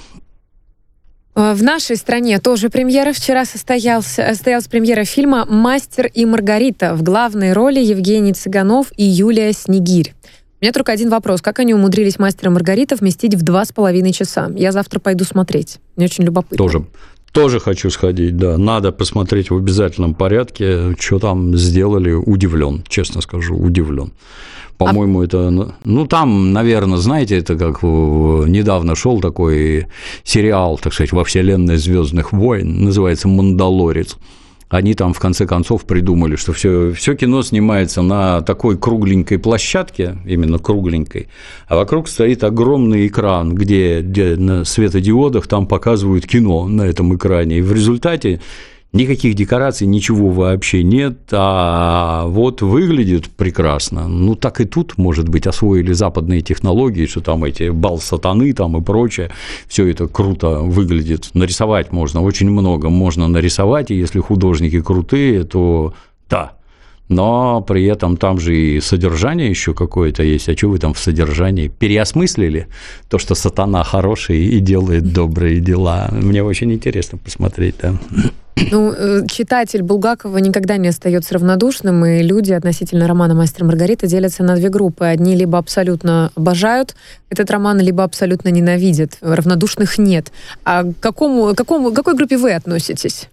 В нашей стране тоже премьера. Вчера состоялась премьера фильма «Мастер и Маргарита». В главной роли Евгений Цыганов и Юлия Снегирь. У меня только один вопрос. Как они умудрились «Мастера и Маргарита» вместить в 2,5 часа? Я завтра пойду смотреть. Мне очень любопытно. Тоже хочу сходить, да. Надо посмотреть в обязательном порядке, что там сделали. Удивлен, честно скажу, удивлен. По-моему, это... Ну, там, наверное, знаете, это как недавно шел такой сериал, так сказать, во вселенной «Звездных войн», называется «Мандалорец». Они там, в конце концов, придумали, что все кино снимается на такой кругленькой площадке, именно кругленькой, а вокруг стоит огромный экран, где на светодиодах там показывают кино на этом экране. И в результате никаких декораций, ничего вообще нет, а вот выглядит прекрасно. Ну, так и тут, может быть, освоили западные технологии, что там эти бал сатаны там и прочее, все это круто выглядит. Нарисовать можно, очень много можно нарисовать, и если художники крутые, то да. Но при этом там же и содержание еще какое-то есть. А что вы там в содержании? Переосмыслили то, что сатана хороший и делает добрые дела? Мне очень интересно посмотреть, да. Ну, читатель Булгакова никогда не остается равнодушным, и люди относительно романа «Мастер и Маргарита» делятся на две группы. Одни либо абсолютно обожают этот роман, либо абсолютно ненавидят. Равнодушных нет. А к какой группе вы относитесь?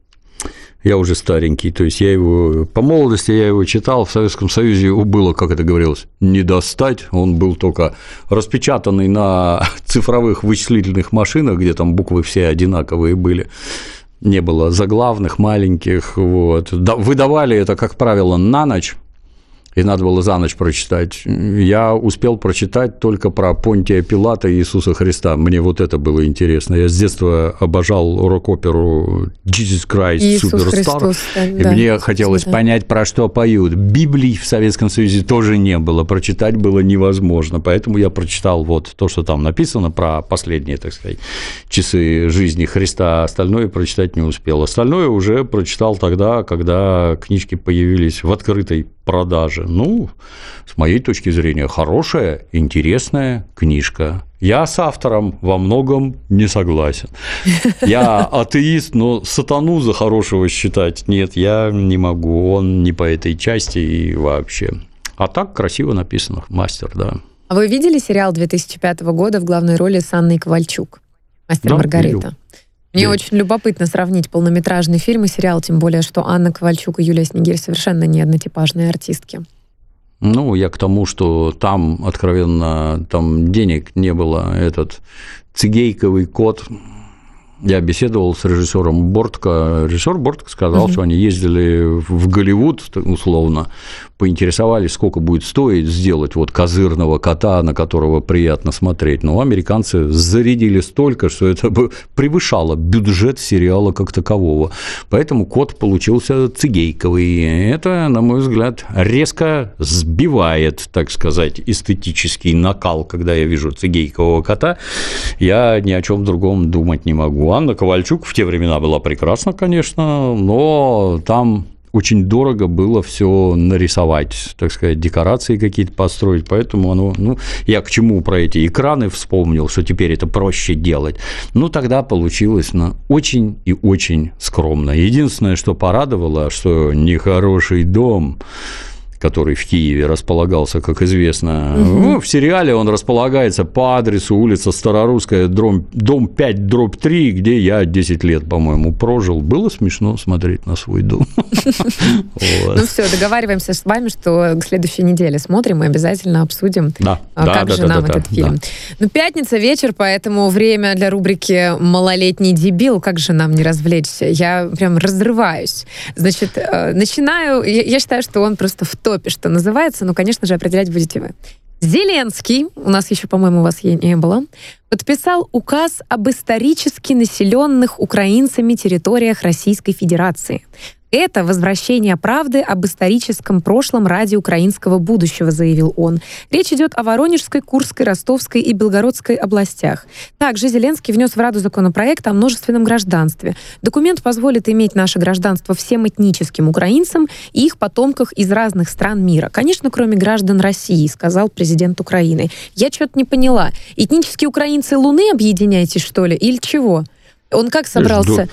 Я уже старенький, то есть я его по молодости я его читал, в Советском Союзе его было, как это говорилось, не достать, он был только распечатанный на цифровых вычислительных машинах, где там буквы все одинаковые были, не было заглавных, маленьких, вот. Выдавали это, как правило, на ночь, и надо было за ночь прочитать. Я успел прочитать только про Понтия Пилата и Иисуса Христа. Мне вот это было интересно. Я с детства обожал рок-оперу «Jesus Christ Superstar», и мне хотелось понять, про что поют. Библии в Советском Союзе тоже не было, прочитать было невозможно, поэтому я прочитал вот то, что там написано про последние, так сказать, часы жизни Христа, а остальное прочитать не успел. Остальное уже прочитал тогда, когда книжки появились в открытой продаже. Ну, с моей точки зрения, хорошая, интересная книжка. Я с автором во многом не согласен. Я атеист, но сатану за хорошего считать нет, я не могу. Он не по этой части и вообще. А так красиво написано. Мастер, да. А вы видели сериал 2005 года в главной роли с Анной Ковальчук? «Мастер и Маргарита». Видел. Мне очень любопытно сравнить полнометражный фильм и сериал, тем более, что Анна Ковальчук и Юлия Снегирь совершенно не однотипажные артистки. Ну, я к тому, что там, откровенно, там денег не было. Этот цигейковый кот. Я беседовал с режиссером Бортко. Режиссер Бортко сказал, что они ездили в Голливуд, условно, поинтересовались, сколько будет стоить сделать вот козырного кота, на которого приятно смотреть. Но американцы зарядили столько, что это бы превышало бюджет сериала как такового. Поэтому кот получился цигейковый. Это, на мой взгляд, резко сбивает, так сказать, эстетический накал. Когда я вижу цигейкового кота, я ни о чем другом думать не могу. Анна Ковальчук в те времена была прекрасна, конечно, но там очень дорого было все нарисовать, так сказать, декорации какие-то построить, поэтому оно, я к чему про эти экраны вспомнил, что теперь это проще делать. Тогда получилось очень и очень скромно. Единственное, что порадовало, что «Нехороший дом», который в Киеве располагался, как известно. В сериале он располагается по адресу улица Старорусская, дом 5/3, где я 10 лет, по-моему, прожил. Было смешно смотреть на свой дом. Ну все, договариваемся с вами, что к следующей неделе смотрим и обязательно обсудим, как же нам этот фильм. Пятница, вечер, поэтому время для рубрики «Малолетний дебил». Как же нам не развлечься? Я прям разрываюсь. Значит, начинаю. Я считаю, что он просто в топе, что называется, но, конечно же, определять будете вы. Зеленский, у нас еще, по-моему, вас не было, подписал указ об исторически населенных украинцами территориях Российской Федерации. Это возвращение правды об историческом прошлом ради украинского будущего, заявил он. Речь идет о Воронежской, Курской, Ростовской и Белгородской областях. Также Зеленский внес в Раду законопроект о множественном гражданстве. Документ позволит иметь наше гражданство всем этническим украинцам и их потомках из разных стран мира. Конечно, кроме граждан России, сказал президент Украины. Я что-то не поняла. Этнические украинцы Луны объединяете, что ли, или чего? Он как собрался...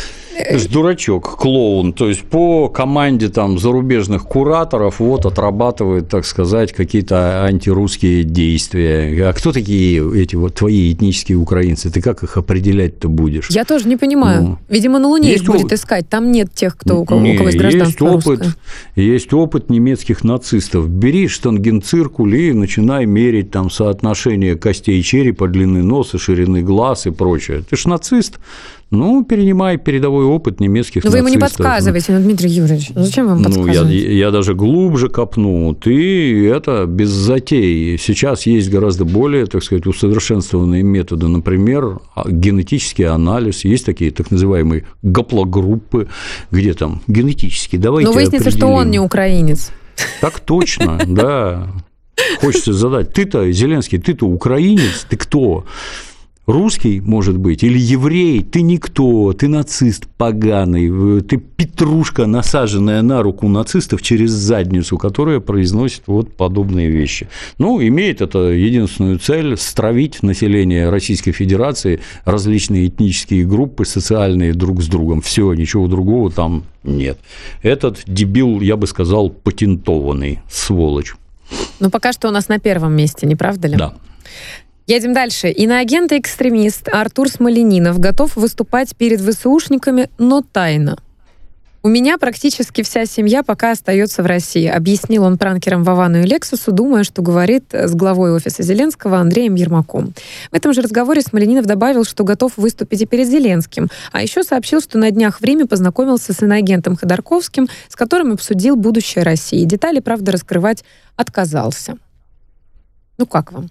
Ты ж дурачок, клоун, то есть по команде там зарубежных кураторов отрабатывает, так сказать, какие-то антирусские действия. А кто такие эти твои этнические украинцы? Ты как их определять-то будешь? Я тоже не понимаю. Видимо, на Луне их будет искать. Там нет тех, у кого есть гражданство русское. Есть опыт немецких нацистов. Бери штангенциркуль и начинай мерить там соотношение костей черепа, длины носа, ширины глаз и прочее. Ты ж нацист. Перенимай передовой опыт немецких нацистов. Вы ему не подсказываете, Дмитрий Юрьевич. Зачем вам подсказывать? Я даже глубже копну. Ты это без затей. Сейчас есть гораздо более, так сказать, усовершенствованные методы. Например, генетический анализ. Есть такие так называемые гаплогруппы, где там генетически. Давайте определим. Но выяснится, что он не украинец. Так точно, да. Хочется задать. Ты-то, Зеленский, ты-то украинец? Ты кто? Русский, может быть, или еврей, ты никто, ты нацист поганый, ты петрушка, насаженная на руку нацистов через задницу, которая произносит подобные вещи. Имеет это единственную цель – стравить население Российской Федерации, различные этнические группы, социальные друг с другом. Все, ничего другого там нет. Этот дебил, я бы сказал, патентованный, сволочь. Пока что у нас на первом месте, не правда ли? Да. Едем дальше. Иноагент и экстремист Артур Смолянинов готов выступать перед ВСУшниками, но тайно. «У меня практически вся семья пока остается в России», объяснил он пранкерам Вовану и Лексусу, думая, что говорит с главой офиса Зеленского Андреем Ермаком. В этом же разговоре Смолянинов добавил, что готов выступить и перед Зеленским, а еще сообщил, что на днях в Риме познакомился с иноагентом Ходорковским, с которым обсудил будущее России. Детали, правда, раскрывать отказался. Как вам?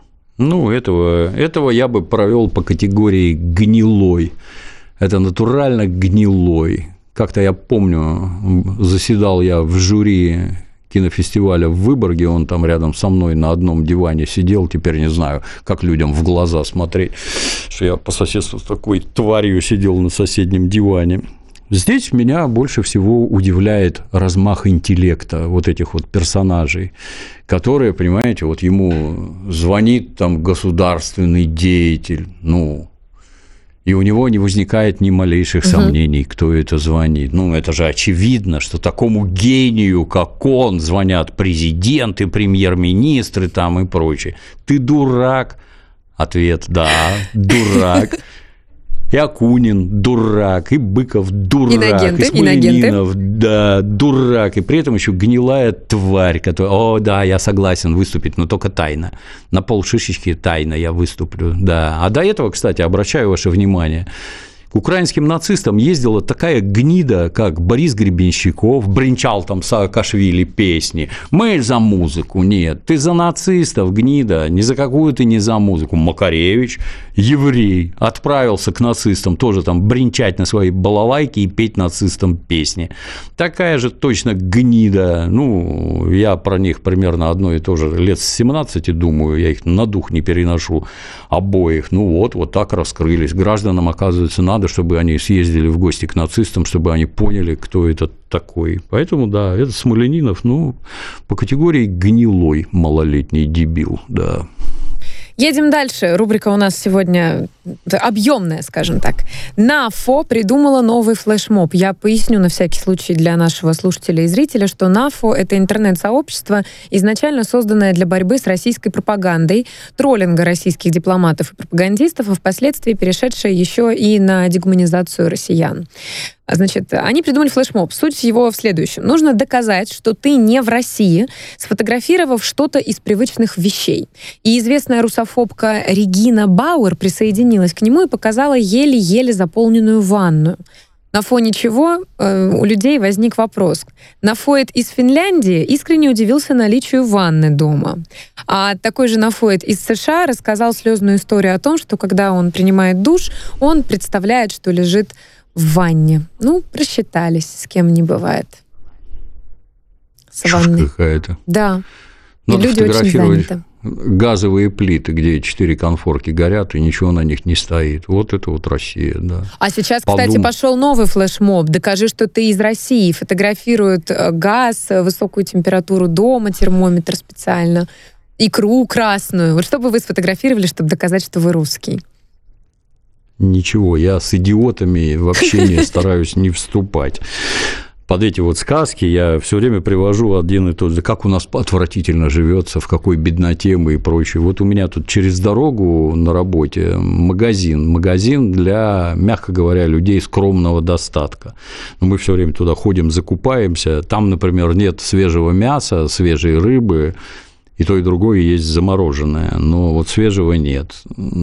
Этого я бы провел по категории гнилой. Это натурально гнилой. Как-то я помню, заседал я в жюри кинофестиваля в Выборге, он там рядом со мной на одном диване сидел, теперь не знаю, как людям в глаза смотреть, что я по соседству с такой тварью сидел на соседнем диване. Здесь меня больше всего удивляет размах интеллекта вот этих вот персонажей, которые, понимаете, вот ему звонит там государственный деятель, и у него не возникает ни малейших сомнений, кто это звонит. Это же очевидно, что такому гению, как он, звонят президенты, премьер-министры там и прочее. Ты дурак? Ответ – да, дурак. И Акунин дурак, и Быков дурак, и Смольянинов, да, дурак, и при этом еще гнилая тварь, которая, я согласен выступить, но только тайно, на полшишечки тайно я выступлю, да. А до этого, кстати, обращаю ваше внимание, к украинским нацистам ездила такая гнида, как Борис Гребенщиков, бренчал там Саакашвили песни. Мы за музыку, нет, ты за нацистов, гнида, ни за какую ты не за музыку. Макаревич, еврей, отправился к нацистам тоже там бренчать на своей балалайке и петь нацистам песни. Такая же точно гнида, я про них примерно одно и то же лет с 17 думаю, я их на дух не переношу обоих. Вот так раскрылись. Гражданам, оказывается, надо, чтобы они съездили в гости к нацистам, чтобы они поняли, кто это такой. Поэтому, да, это Смольянинов, по категории гнилой малолетний дебил, да. Едем дальше. Рубрика у нас сегодня объемная, скажем так. НАФО придумала новый флешмоб. Я поясню на всякий случай для нашего слушателя и зрителя, что НАФО — это интернет-сообщество, изначально созданное для борьбы с российской пропагандой, троллинга российских дипломатов и пропагандистов, а впоследствии перешедшее еще и на дегуманизацию россиян. Значит, они придумали флешмоб. Суть его в следующем. Нужно доказать, что ты не в России, сфотографировав что-то из привычных вещей. И известная русофобка Регина Бауэр присоединилась к нему и показала еле-еле заполненную ванную. На фоне чего у людей возник вопрос. Нафоид из Финляндии искренне удивился наличию ванны дома. А такой же нафоид из США рассказал слезную историю о том, что когда он принимает душ, он представляет, что лежит в ванне. Просчитались, с кем не бывает. С ванной. Какая-то. Да. Надо и люди очень заняты. Газовые плиты, где 4 конфорки горят, и ничего на них не стоит. Вот это вот Россия, да. А сейчас, кстати, пошел новый флешмоб. Докажи, что ты из России. Фотографируют газ, высокую температуру дома, термометр специально, икру красную. Вот что бы вы сфотографировали, чтобы доказать, что вы русский? Ничего, я с идиотами в общение стараюсь не вступать. Под эти вот сказки я все время привожу один и тот же, как у нас отвратительно живется, в какой бедноте мы и прочее. Вот у меня тут через дорогу на работе магазин для, мягко говоря, людей скромного достатка. Мы все время туда ходим, закупаемся. Там, например, нет свежего мяса, свежей рыбы. И то, и другое есть замороженное, но вот свежего нет.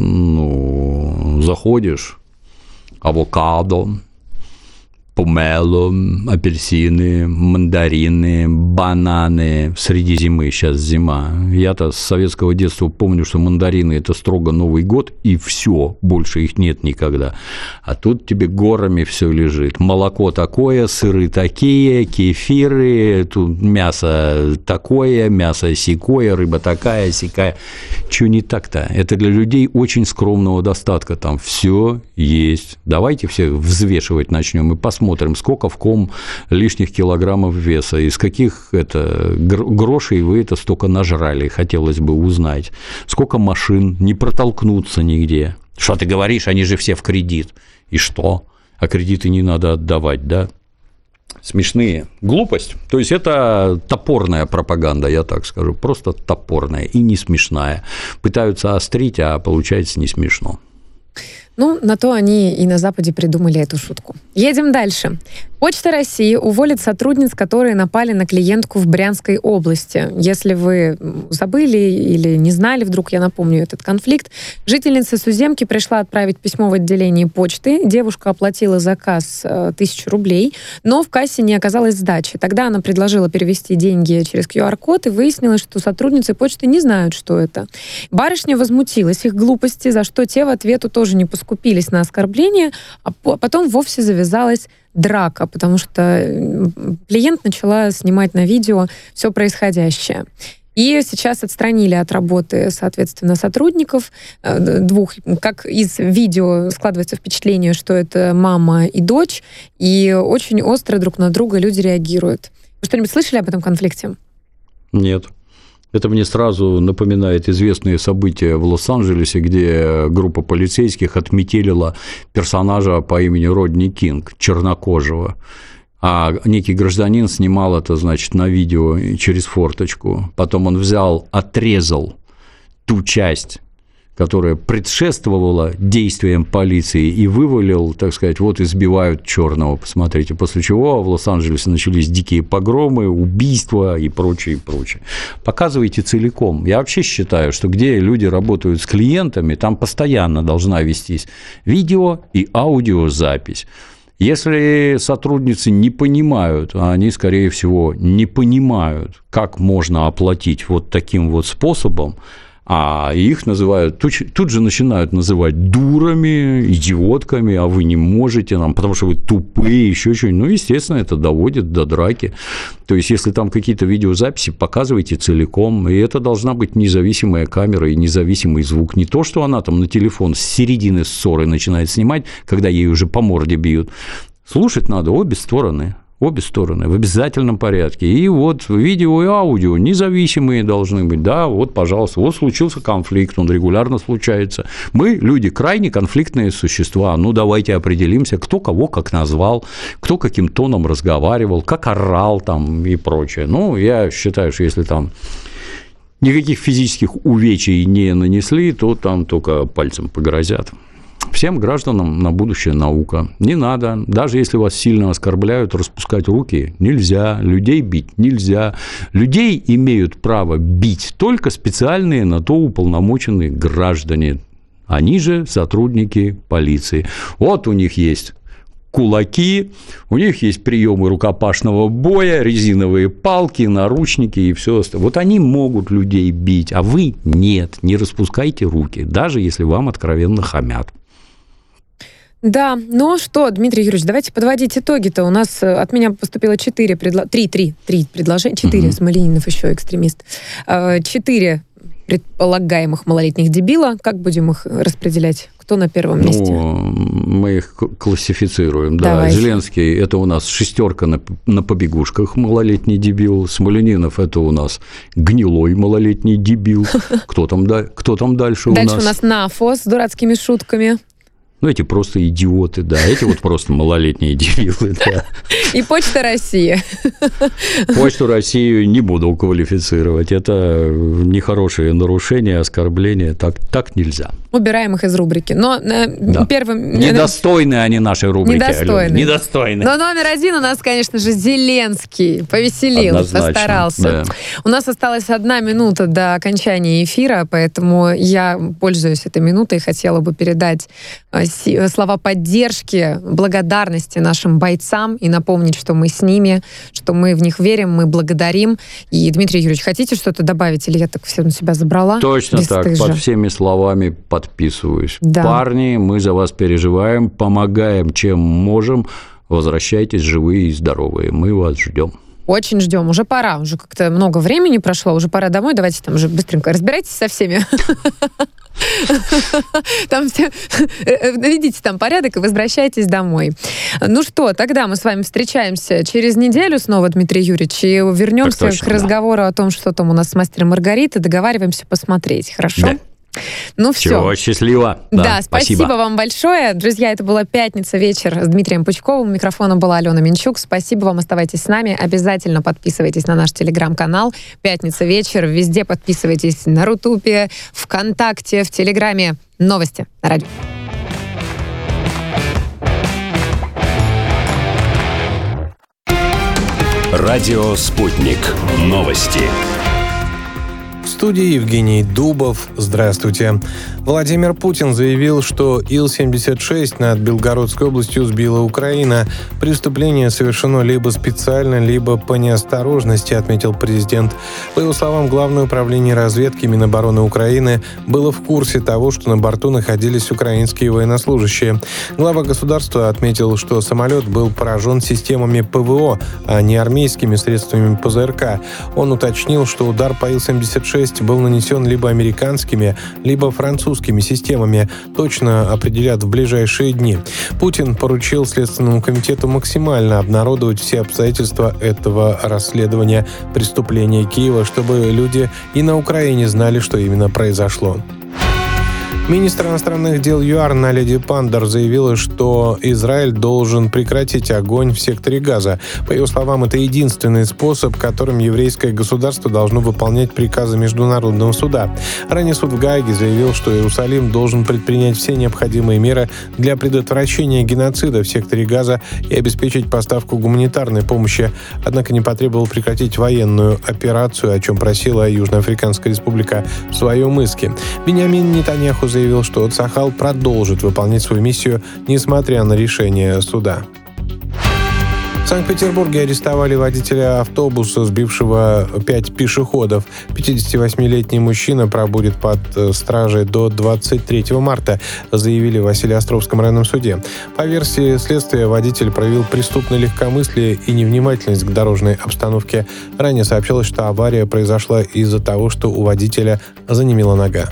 Заходишь, авокадо, помело, апельсины, мандарины, бананы. Среди зимы, сейчас зима. Я-то с советского детства помню, что мандарины – это строго Новый год, и все, больше их нет никогда. А тут тебе горами все лежит. Молоко такое, сыры такие, кефиры, тут мясо такое, мясо сякое, рыба такая, сякая. Чего не так-то? Это для людей очень скромного достатка. Там все есть. Давайте всех взвешивать начнем и посмотрим, сколько в ком лишних килограммов веса, из каких грошей вы это столько нажрали, хотелось бы узнать. Сколько машин, не протолкнуться нигде. Что ты говоришь, они же все в кредит. И что? А кредиты не надо отдавать, да? Смешные. Глупость. То есть это топорная пропаганда, я так скажу. Просто топорная и не смешная. Пытаются острить, а получается не смешно. На то они и на Западе придумали эту шутку. Едем дальше. Почта России уволит сотрудниц, которые напали на клиентку в Брянской области. Если вы забыли или не знали, вдруг я напомню этот конфликт. Жительница Суземки пришла отправить письмо в отделение почты. Девушка оплатила заказ 1000 рублей, но в кассе не оказалось сдачи. Тогда она предложила перевести деньги через QR-код, и выяснилось, что сотрудницы почты не знают, что это. Барышня возмутилась их глупости, за что те в ответу тоже не поскупились на оскорбление, а потом вовсе завязалась драка, потому что клиент начала снимать на видео все происходящее. И сейчас отстранили от работы, соответственно, сотрудников двух. Как из видео складывается впечатление, что это мама и дочь, и очень остро друг на друга люди реагируют. Вы что-нибудь слышали об этом конфликте? Нет. Это мне сразу напоминает известные события в Лос-Анджелесе, где группа полицейских отметелила персонажа по имени Родни Кинг, чернокожего. А некий гражданин снимал это, значит, на видео через форточку. Потом он отрезал ту часть, которая предшествовала действиям полиции, и вывалил, так сказать, вот избивают черного, посмотрите. После чего в Лос-Анджелесе начались дикие погромы, убийства и прочее, и прочее. Показывайте целиком. Я вообще считаю, что где люди работают с клиентами, там постоянно должна вестись видео и аудиозапись. Если сотрудницы не понимают, а они, скорее всего, не понимают, как можно оплатить вот таким вот способом, а их называют, тут же начинают называть дурами, идиотками, а вы не можете нам, потому что вы тупые, еще что-нибудь. Ну, естественно, это доводит до драки. То есть, если там какие-то видеозаписи, показывайте целиком, и это должна быть независимая камера и независимый звук. Не то, что она там на телефон с середины ссоры начинает снимать, когда ей уже по морде бьют. Слушать надо обе стороны в обязательном порядке. И вот видео и аудио независимые должны быть. Да, вот, пожалуйста, вот случился конфликт, он регулярно случается. Мы, люди, крайне конфликтные существа. Ну, давайте определимся, кто кого как назвал, кто каким тоном разговаривал, как орал там и прочее. Ну, я считаю, что если там никаких физических увечий не нанесли, то там только пальцем погрозят. Всем гражданам на будущее наука. Не надо, даже если вас сильно оскорбляют, распускать руки нельзя, людей бить нельзя. Людей имеют право бить только специальные на то уполномоченные граждане. Они же сотрудники полиции. Вот у них есть кулаки, у них есть приемы рукопашного боя, резиновые палки, наручники и все остальное. Вот они могут людей бить, а вы нет, не распускайте руки, даже если вам откровенно хамят. Да, ну что, Дмитрий Юрьевич, давайте подводить итоги-то. У нас от меня поступило 4 предложения, 4, Смоленинов еще экстремист, 4 предполагаемых малолетних дебила. Как будем их распределять? Кто на первом месте? Мы их классифицируем. Давайте. Да. Зеленский – это у нас 6 на побегушках, малолетний дебил. Смоленинов – это у нас гнилой малолетний дебил. Кто там дальше у нас? Дальше у нас Нафо с дурацкими шутками. Ну, эти просто идиоты, да, эти вот просто малолетние дебилы, да. И Почта России. Почту России не буду квалифицировать, это нехорошее нарушение, оскорбление, так нельзя. Убираем их из рубрики. Но первым... Недостойны они нашей рубрики. Недостойны. Но номер 1 у нас, конечно же, Зеленский. Повеселил, постарался. Да. У нас осталась 1 минута до окончания эфира, поэтому я, пользуясь этой минутой, хотела бы передать слова поддержки, благодарности нашим бойцам и напомнить, что мы с ними, что мы в них верим, мы благодарим. И, Дмитрий Юрьевич, хотите что-то добавить? Или я так все на себя забрала? Точно так, под всеми словами подписываюсь. Да. Парни, мы за вас переживаем, помогаем, чем можем. Возвращайтесь живые и здоровые. Мы вас ждем. Очень ждем. Уже пора. Уже как-то много времени прошло. Уже пора домой. Давайте там уже быстренько разбирайтесь со всеми. Там все... Наведите там порядок и возвращайтесь домой. Ну что, тогда мы с вами встречаемся через неделю снова, Дмитрий Юрьевич, и вернемся к разговору о том, что там у нас с «Мастером Маргаритой». Договариваемся посмотреть. Хорошо? Да. Ну все. Всего счастливо. Да, спасибо вам большое. Друзья, это была «Пятница вечер» с Дмитрием Пучковым. У микрофона была Алена Минчук. Спасибо вам, оставайтесь с нами. Обязательно подписывайтесь на наш телеграм-канал «Пятница вечер». Везде подписывайтесь на Рутубе, ВКонтакте, в Телеграме. Новости на радио. Радио «Спутник». Новости. В студии Евгений Дубов. Здравствуйте. Владимир Путин заявил, что Ил-76 над Белгородской областью сбила Украина. Преступление совершено либо специально, либо по неосторожности, отметил президент. По его словам, Главное управление разведки Минобороны Украины было в курсе того, что на борту находились украинские военнослужащие. Глава государства отметил, что самолет был поражен системами ПВО, а не армейскими средствами ПЗРК. Он уточнил, что удар по Ил-76 был нанесен либо американскими, либо французскими системами. Точно определят в ближайшие дни. Путин поручил Следственному комитету максимально обнародовать все обстоятельства этого расследования преступления Киева, чтобы люди и на Украине знали, что именно произошло. Министр иностранных дел ЮАР Наледи Пандер заявила, что Израиль должен прекратить огонь в секторе Газа. По ее словам, это единственный способ, которым еврейское государство должно выполнять приказы Международного суда. Ранее суд в Гааге заявил, что Иерусалим должен предпринять все необходимые меры для предотвращения геноцида в секторе Газа и обеспечить поставку гуманитарной помощи, однако не потребовал прекратить военную операцию, о чем просила Южноафриканская республика в своем иске. Биньямин Нетаньяху заявил, что Цахал продолжит выполнять свою миссию, несмотря на решение суда. В Санкт-Петербурге арестовали водителя автобуса, сбившего 5 пешеходов. 58-летний мужчина пробудет под стражей до 23 марта, заявили в Василеостровском районном суде. По версии следствия, водитель проявил преступное легкомыслие и невнимательность к дорожной обстановке. Ранее сообщалось, что авария произошла из-за того, что у водителя занемела нога.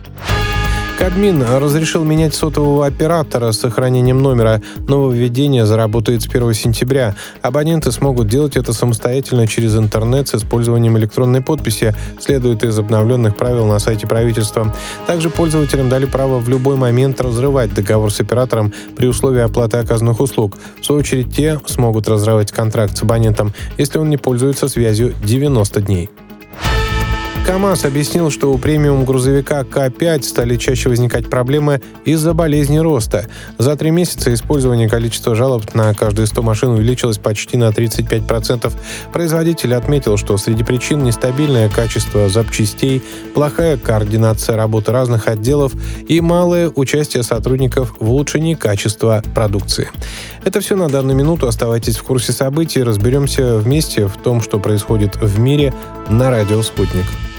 Кабмин разрешил менять сотового оператора с сохранением номера. Нововведение заработает с 1 сентября. Абоненты смогут делать это самостоятельно через интернет с использованием электронной подписи, следует из обновленных правил на сайте правительства. Также пользователям дали право в любой момент разрывать договор с оператором при условии оплаты оказанных услуг. В свою очередь, те смогут разрывать контракт с абонентом, если он не пользуется связью 90 дней. КАМАЗ объяснил, что у премиум-грузовика К5 стали чаще возникать проблемы из-за болезни роста. За 3 месяца использование количества жалоб на каждые 100 машин увеличилось почти на 35%. Производитель отметил, что среди причин нестабильное качество запчастей, плохая координация работы разных отделов и малое участие сотрудников в улучшении качества продукции. Это все на данную минуту. Оставайтесь в курсе событий. Разберемся вместе в том, что происходит в мире на радио «Спутник».